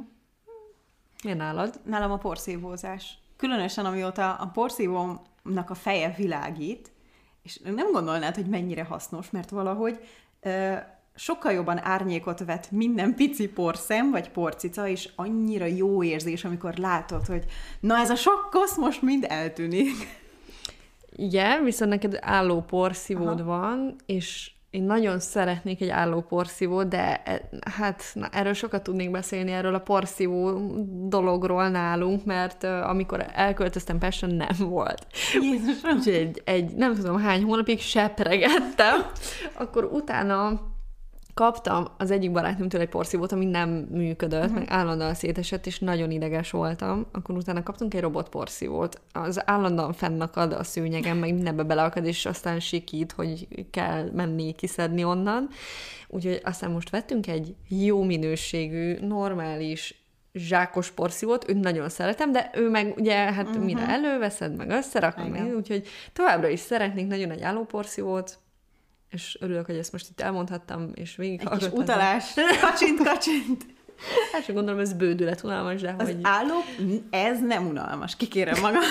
Speaker 2: Mi nálad?
Speaker 1: Nálam a porszívózás. Különösen amióta a porszívómnak a feje világít, és nem gondolnád, hogy mennyire hasznos, mert valahogy sokkal jobban árnyékot vet minden pici porszem, vagy porcica, és annyira jó érzés, amikor látod, hogy na ez a sok kosz most mind eltűnik.
Speaker 2: Igen, viszont neked álló porszívód van, és én nagyon szeretnék egy álló porszívót, de hát erről sokat tudnék beszélni, erről a porszívó dologról nálunk, mert amikor elköltöztem Pesten, nem volt.
Speaker 1: Jézusom!
Speaker 2: Úgyhogy egy nem tudom hány hónapig sepregettem, akkor utána kaptam az egyik barátnőmtől egy porszívót, ami nem működött, meg állandóan szétesett, és nagyon ideges voltam. Akkor utána kaptunk egy robot porszívót. Az állandóan fennakad a szőnyegen, meg mindenbe beleakad, és aztán sikít, hogy kell menni kiszedni onnan. Úgyhogy aztán most vettünk egy jó minőségű, normális zsákos porszívót, őt nagyon szeretem, de ő meg ugye, hát mire előveszed, meg összerakod, meg, úgyhogy továbbra is szeretnénk nagyon egy álló porszívót, és örülök, hogy ezt most itt elmondhattam, és végighallgattam.
Speaker 1: Egy kis utalás, kacsint.
Speaker 2: Hát csak gondolom, ez bődület unalmas, de
Speaker 1: az
Speaker 2: hogy...
Speaker 1: álló, ez nem unalmas, kikérem magam.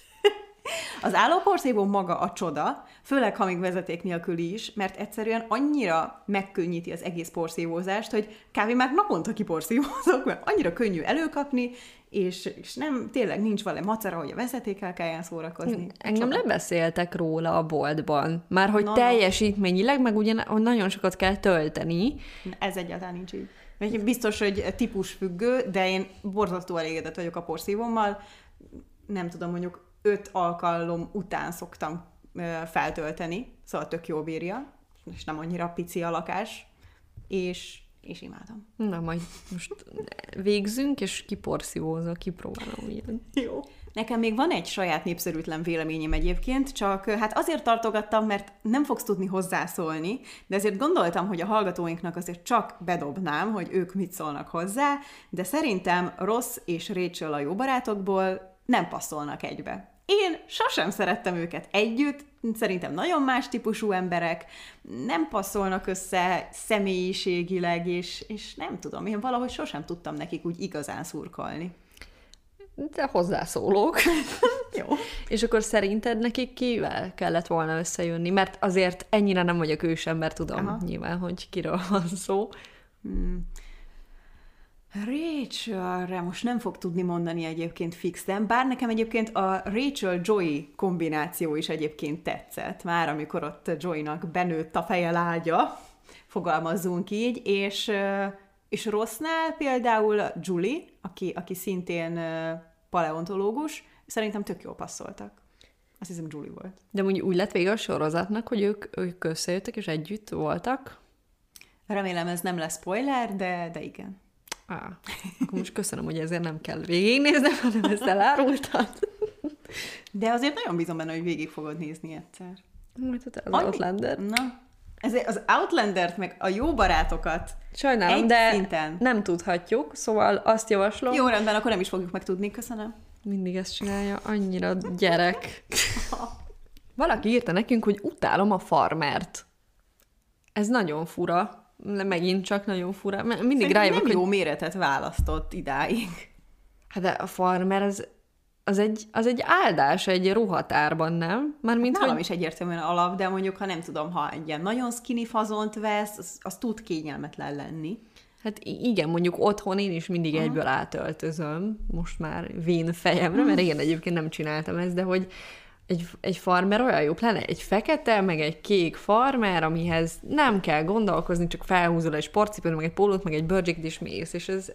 Speaker 1: Az állóporszívó maga a csoda, főleg ha még vezeték nélkül is, mert egyszerűen annyira megkönnyíti az egész porszívózást, hogy kb. Már naponta kiporszívózok, mert annyira könnyű előkapni, és nem, tényleg nincs valami macera, hogy a vezetékkel kelljen szórakozni.
Speaker 2: Engem lebeszéltek róla a boltban, már hogy teljesítményileg, meg ugye nagyon sokat kell tölteni.
Speaker 1: Ez egyáltalán nincs így. Biztos, hogy típusfüggő, de én borzasztó elégedett vagyok a porszívómmal. Nem tudom, mondjuk 5 alkalom után szoktam feltölteni, szóval tök jó bírja, és nem annyira pici a lakás, és imádom.
Speaker 2: Na, majd most végzünk, és kiporszívózok, kipróbálom ilyen.
Speaker 1: Jó. Nekem még van egy saját népszerűtlen véleményem egyébként, csak hát azért tartogattam, mert nem fogsz tudni hozzászólni, de ezért gondoltam, hogy a hallgatóinknak azért csak bedobnám, hogy ők mit szólnak hozzá, de szerintem Ross és Rachel a Jó barátokból nem passzolnak egybe. Én sosem szerettem őket együtt, szerintem nagyon más típusú emberek, nem passzolnak össze személyiségileg, és nem tudom, én valahogy sosem tudtam nekik úgy igazán szurkolni.
Speaker 2: De hozzászólók.
Speaker 1: Jó.
Speaker 2: És akkor szerinted nekik kivel kellett volna összejönni? Mert azért ennyire nem vagyok ősember, tudom nyilván, hogy kiről van szó.
Speaker 1: Rachelre most nem fog tudni mondani egyébként fixen, bár nekem egyébként a Rachel-Joey kombináció is egyébként tetszett, már amikor ott Joey-nak benőtt a feje lágya, fogalmazzunk így, és Rossnál például Julie, aki szintén paleontológus, szerintem tök jól passzoltak. Azt hiszem Julie volt.
Speaker 2: De mondjuk úgy lett vége a sorozatnak, hogy ők összejöttek és együtt voltak?
Speaker 1: Remélem ez nem lesz spoiler, de igen.
Speaker 2: Akkor most köszönöm, hogy ezért nem kell végignéznem, hanem ezt elárultad.
Speaker 1: De azért nagyon bízom benne, hogy végig fogod nézni egyszer.
Speaker 2: Majd az Outlander.
Speaker 1: Na, ezért az Outlandert meg a Jó barátokat
Speaker 2: sajnálom, de szinten nem tudhatjuk, szóval azt javaslom.
Speaker 1: Jó, rendben, akkor nem is fogjuk megtudni, köszönöm.
Speaker 2: Mindig ezt csinálja, annyira gyerek. Valaki írta nekünk, hogy utálom a Farmert. Ez nagyon fura. Megint csak nagyon fura. Mindig rájövök,
Speaker 1: nem jó méretet választott idáig.
Speaker 2: Hát de a Farmer az egy áldás egy ruhatárban, nem?
Speaker 1: Mármint, nálam is egyértelműen alap, de mondjuk, ha nem tudom, ha egy ilyen nagyon skinny fazont vesz, az tud kényelmetlen lenni.
Speaker 2: Hát igen, mondjuk otthon én is mindig egyből átöltözöm, most már vén fejemre, mert igen, egyébként nem csináltam ezt, de hogy egy farmer olyan jó, pláne egy fekete, meg egy kék farmer, amihez nem kell gondolkozni, csak felhúzol egy sportcipőt, meg egy pólót, meg egy bőrcsikit is mész, és ez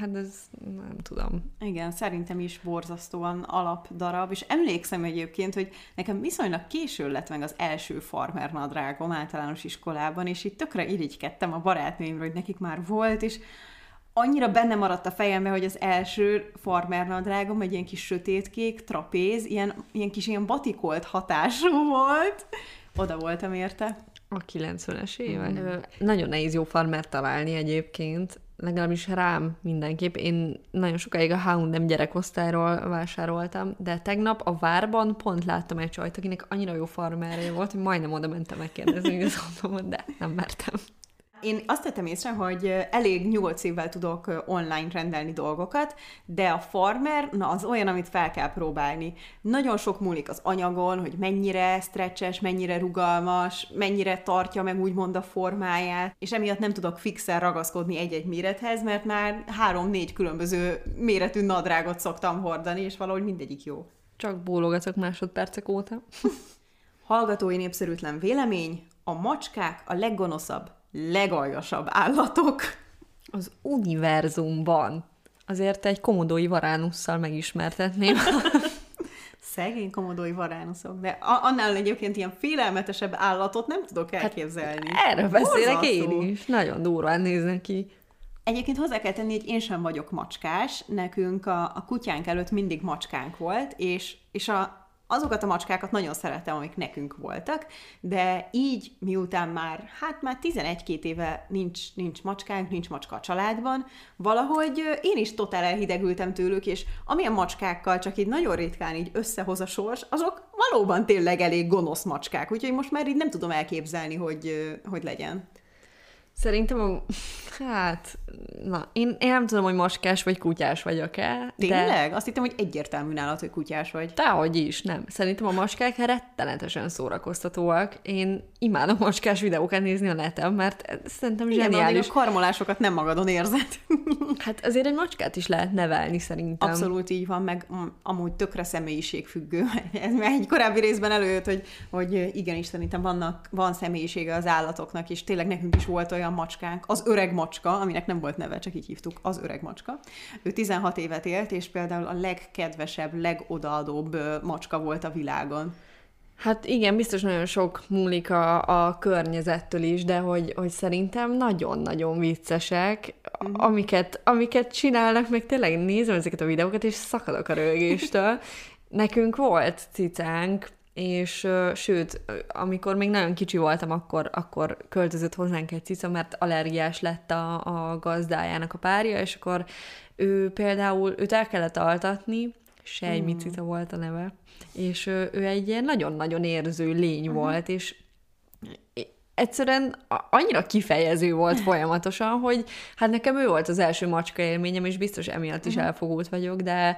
Speaker 2: nem tudom.
Speaker 1: Igen, szerintem is borzasztóan alapdarab, és emlékszem egyébként, hogy nekem viszonylag későn lett meg az első farmer nadrágom általános iskolában, és itt tökre irigykedtem a barátnőimről, hogy nekik már volt, és annyira benne maradt a fejembe, hogy az első farmer nadrágom egy ilyen kis sötétkék, trapéz, ilyen kis batikolt hatású volt. Oda voltam érte.
Speaker 2: A 90-es évek. Nagyon nehéz jó farmer találni egyébként, legalábbis rám mindenképp. Én nagyon sokáig a H&M gyerekosztályról vásároltam, de tegnap a Várban pont láttam egy csajt, akinek annyira jó farmerje volt, hogy majdnem oda mentem megkérdezni, hogy azt mondom, de nem mertem.
Speaker 1: Én azt tettem észre, hogy elég nyugodt szívvel tudok online rendelni dolgokat, de a farmer, az olyan, amit fel kell próbálni. Nagyon sok múlik az anyagon, hogy mennyire stretches, mennyire rugalmas, mennyire tartja meg úgymond a formáját, és emiatt nem tudok fixen ragaszkodni egy-egy mérethez, mert már 3-4 különböző méretű nadrágot szoktam hordani, és valahogy mindegyik jó.
Speaker 2: Csak bólogatok másodpercek óta.
Speaker 1: Hallgatói népszerűtlen vélemény, a macskák a leggonoszabb, legaljasabb állatok.
Speaker 2: Az univerzumban. Azért egy komodói varánusszal megismertetném.
Speaker 1: Szegény komodói varánuszok, de annál egyébként ilyen félelmetesebb állatot nem tudok elképzelni.
Speaker 2: Hát erről beszélek én is. Nagyon durván néznek ki.
Speaker 1: Egyébként hozzá kell tenni, hogy én sem vagyok macskás, nekünk a kutyánk előtt mindig macskánk volt, és azokat a macskákat nagyon szeretem, amik nekünk voltak, de így miután már 11-2 éve nincs macskánk, nincs macska a családban, valahogy én is totál elhidegültem tőlük, és amilyen macskákkal csak így nagyon ritkán így összehoz a sors, azok valóban tényleg elég gonosz macskák, úgyhogy most már így nem tudom elképzelni, hogy legyen.
Speaker 2: Szerintem én nem tudom, hogy macskás vagy kutyás vagyok-e.
Speaker 1: Tényleg? Azt hittem, hogy egyértelmű nálad, hogy kutyás vagy.
Speaker 2: Dehogy is, nem. Szerintem a macskák rettenetesen szórakoztatóak. Én imádom macskás videókat nézni a neten, mert szerintem zseniális.
Speaker 1: Igen, a karmolásokat nem magadon érzed.
Speaker 2: Hát azért egy macskát is lehet nevelni szerintem.
Speaker 1: Abszolút így van, meg amúgy tökre személyiségfüggő. Ez már egy korábbi részben előjött, hogy igenis szerintem van személyisége az állatoknak, és tényleg nekünk is volt olyan macskánk, az öreg macska, aminek nem volt neve, csak így hívtuk, az öreg macska. Ő 16 évet élt, és például a legkedvesebb, legodaadóbb macska volt a világon.
Speaker 2: Hát igen, biztos nagyon sok múlik a környezettől is, de hogy szerintem nagyon-nagyon viccesek, amiket csinálnak, meg tényleg nézem ezeket a videókat, és szakadok a rögéstől. Nekünk volt cicánk, és sőt, amikor még nagyon kicsi voltam, akkor költözött hozzánk egy cica, mert allergiás lett a gazdájának a párja, és akkor őt el kellett altatni, Sejmi cica volt a neve, és ő egy ilyen nagyon-nagyon érző lény volt, és egyszerűen annyira kifejező volt folyamatosan, hogy hát nekem ő volt az első macska élményem, és biztos emiatt is elfogult vagyok, de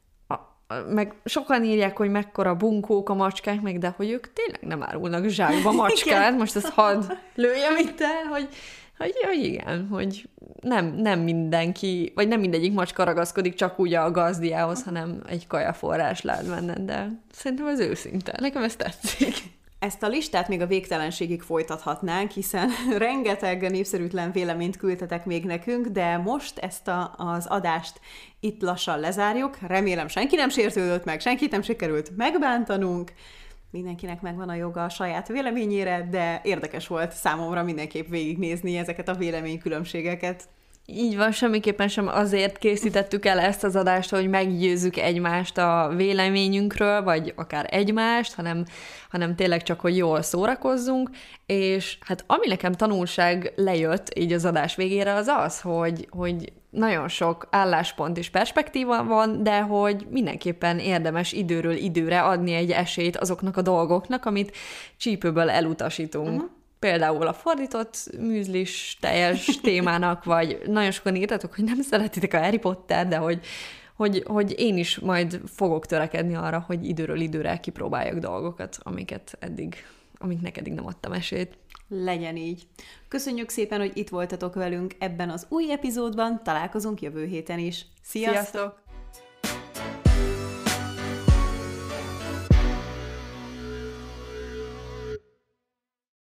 Speaker 2: meg sokan írják, hogy mekkora bunkók a macskák, meg de hogy ők tényleg nem árulnak zsákba macskát, most ezt hadd lőjem itt el, hogy igen, hogy nem mindenki, vagy nem mindegyik macska ragaszkodik csak úgy a gazdiához, hanem egy kajaforrás lát benne, de szerintem ez őszinte. Nekem ez tetszik.
Speaker 1: Ezt a listát még a végtelenségig folytathatnánk, hiszen rengeteg népszerűtlen véleményt küldtetek még nekünk, de most ezt az adást itt lassan lezárjuk. Remélem senki nem sértődött meg, senkit nem sikerült megbántanunk. Mindenkinek megvan a joga a saját véleményére, de érdekes volt számomra mindenképp végignézni ezeket a véleménykülönbségeket.
Speaker 2: Így van, semmiképpen sem azért készítettük el ezt az adást, hogy meggyőzzük egymást a véleményünkről, vagy akár egymást, hanem tényleg csak, hogy jól szórakozzunk, és hát ami nekem tanulság lejött így az adás végére, az az, hogy nagyon sok álláspont és perspektíva van, de hogy mindenképpen érdemes időről időre adni egy esélyt azoknak a dolgoknak, amit csípőből elutasítunk. Például a fordított műzlis teljes témának, vagy nagyon sokan írtatok, hogy nem szeretitek a Harry Potter, de hogy én is majd fogok törekedni arra, hogy időről időre kipróbáljak dolgokat, amiknek eddig nem adtam esélyt.
Speaker 1: Legyen így. Köszönjük szépen, hogy itt voltatok velünk ebben az új epizódban, találkozunk jövő héten is. Sziasztok!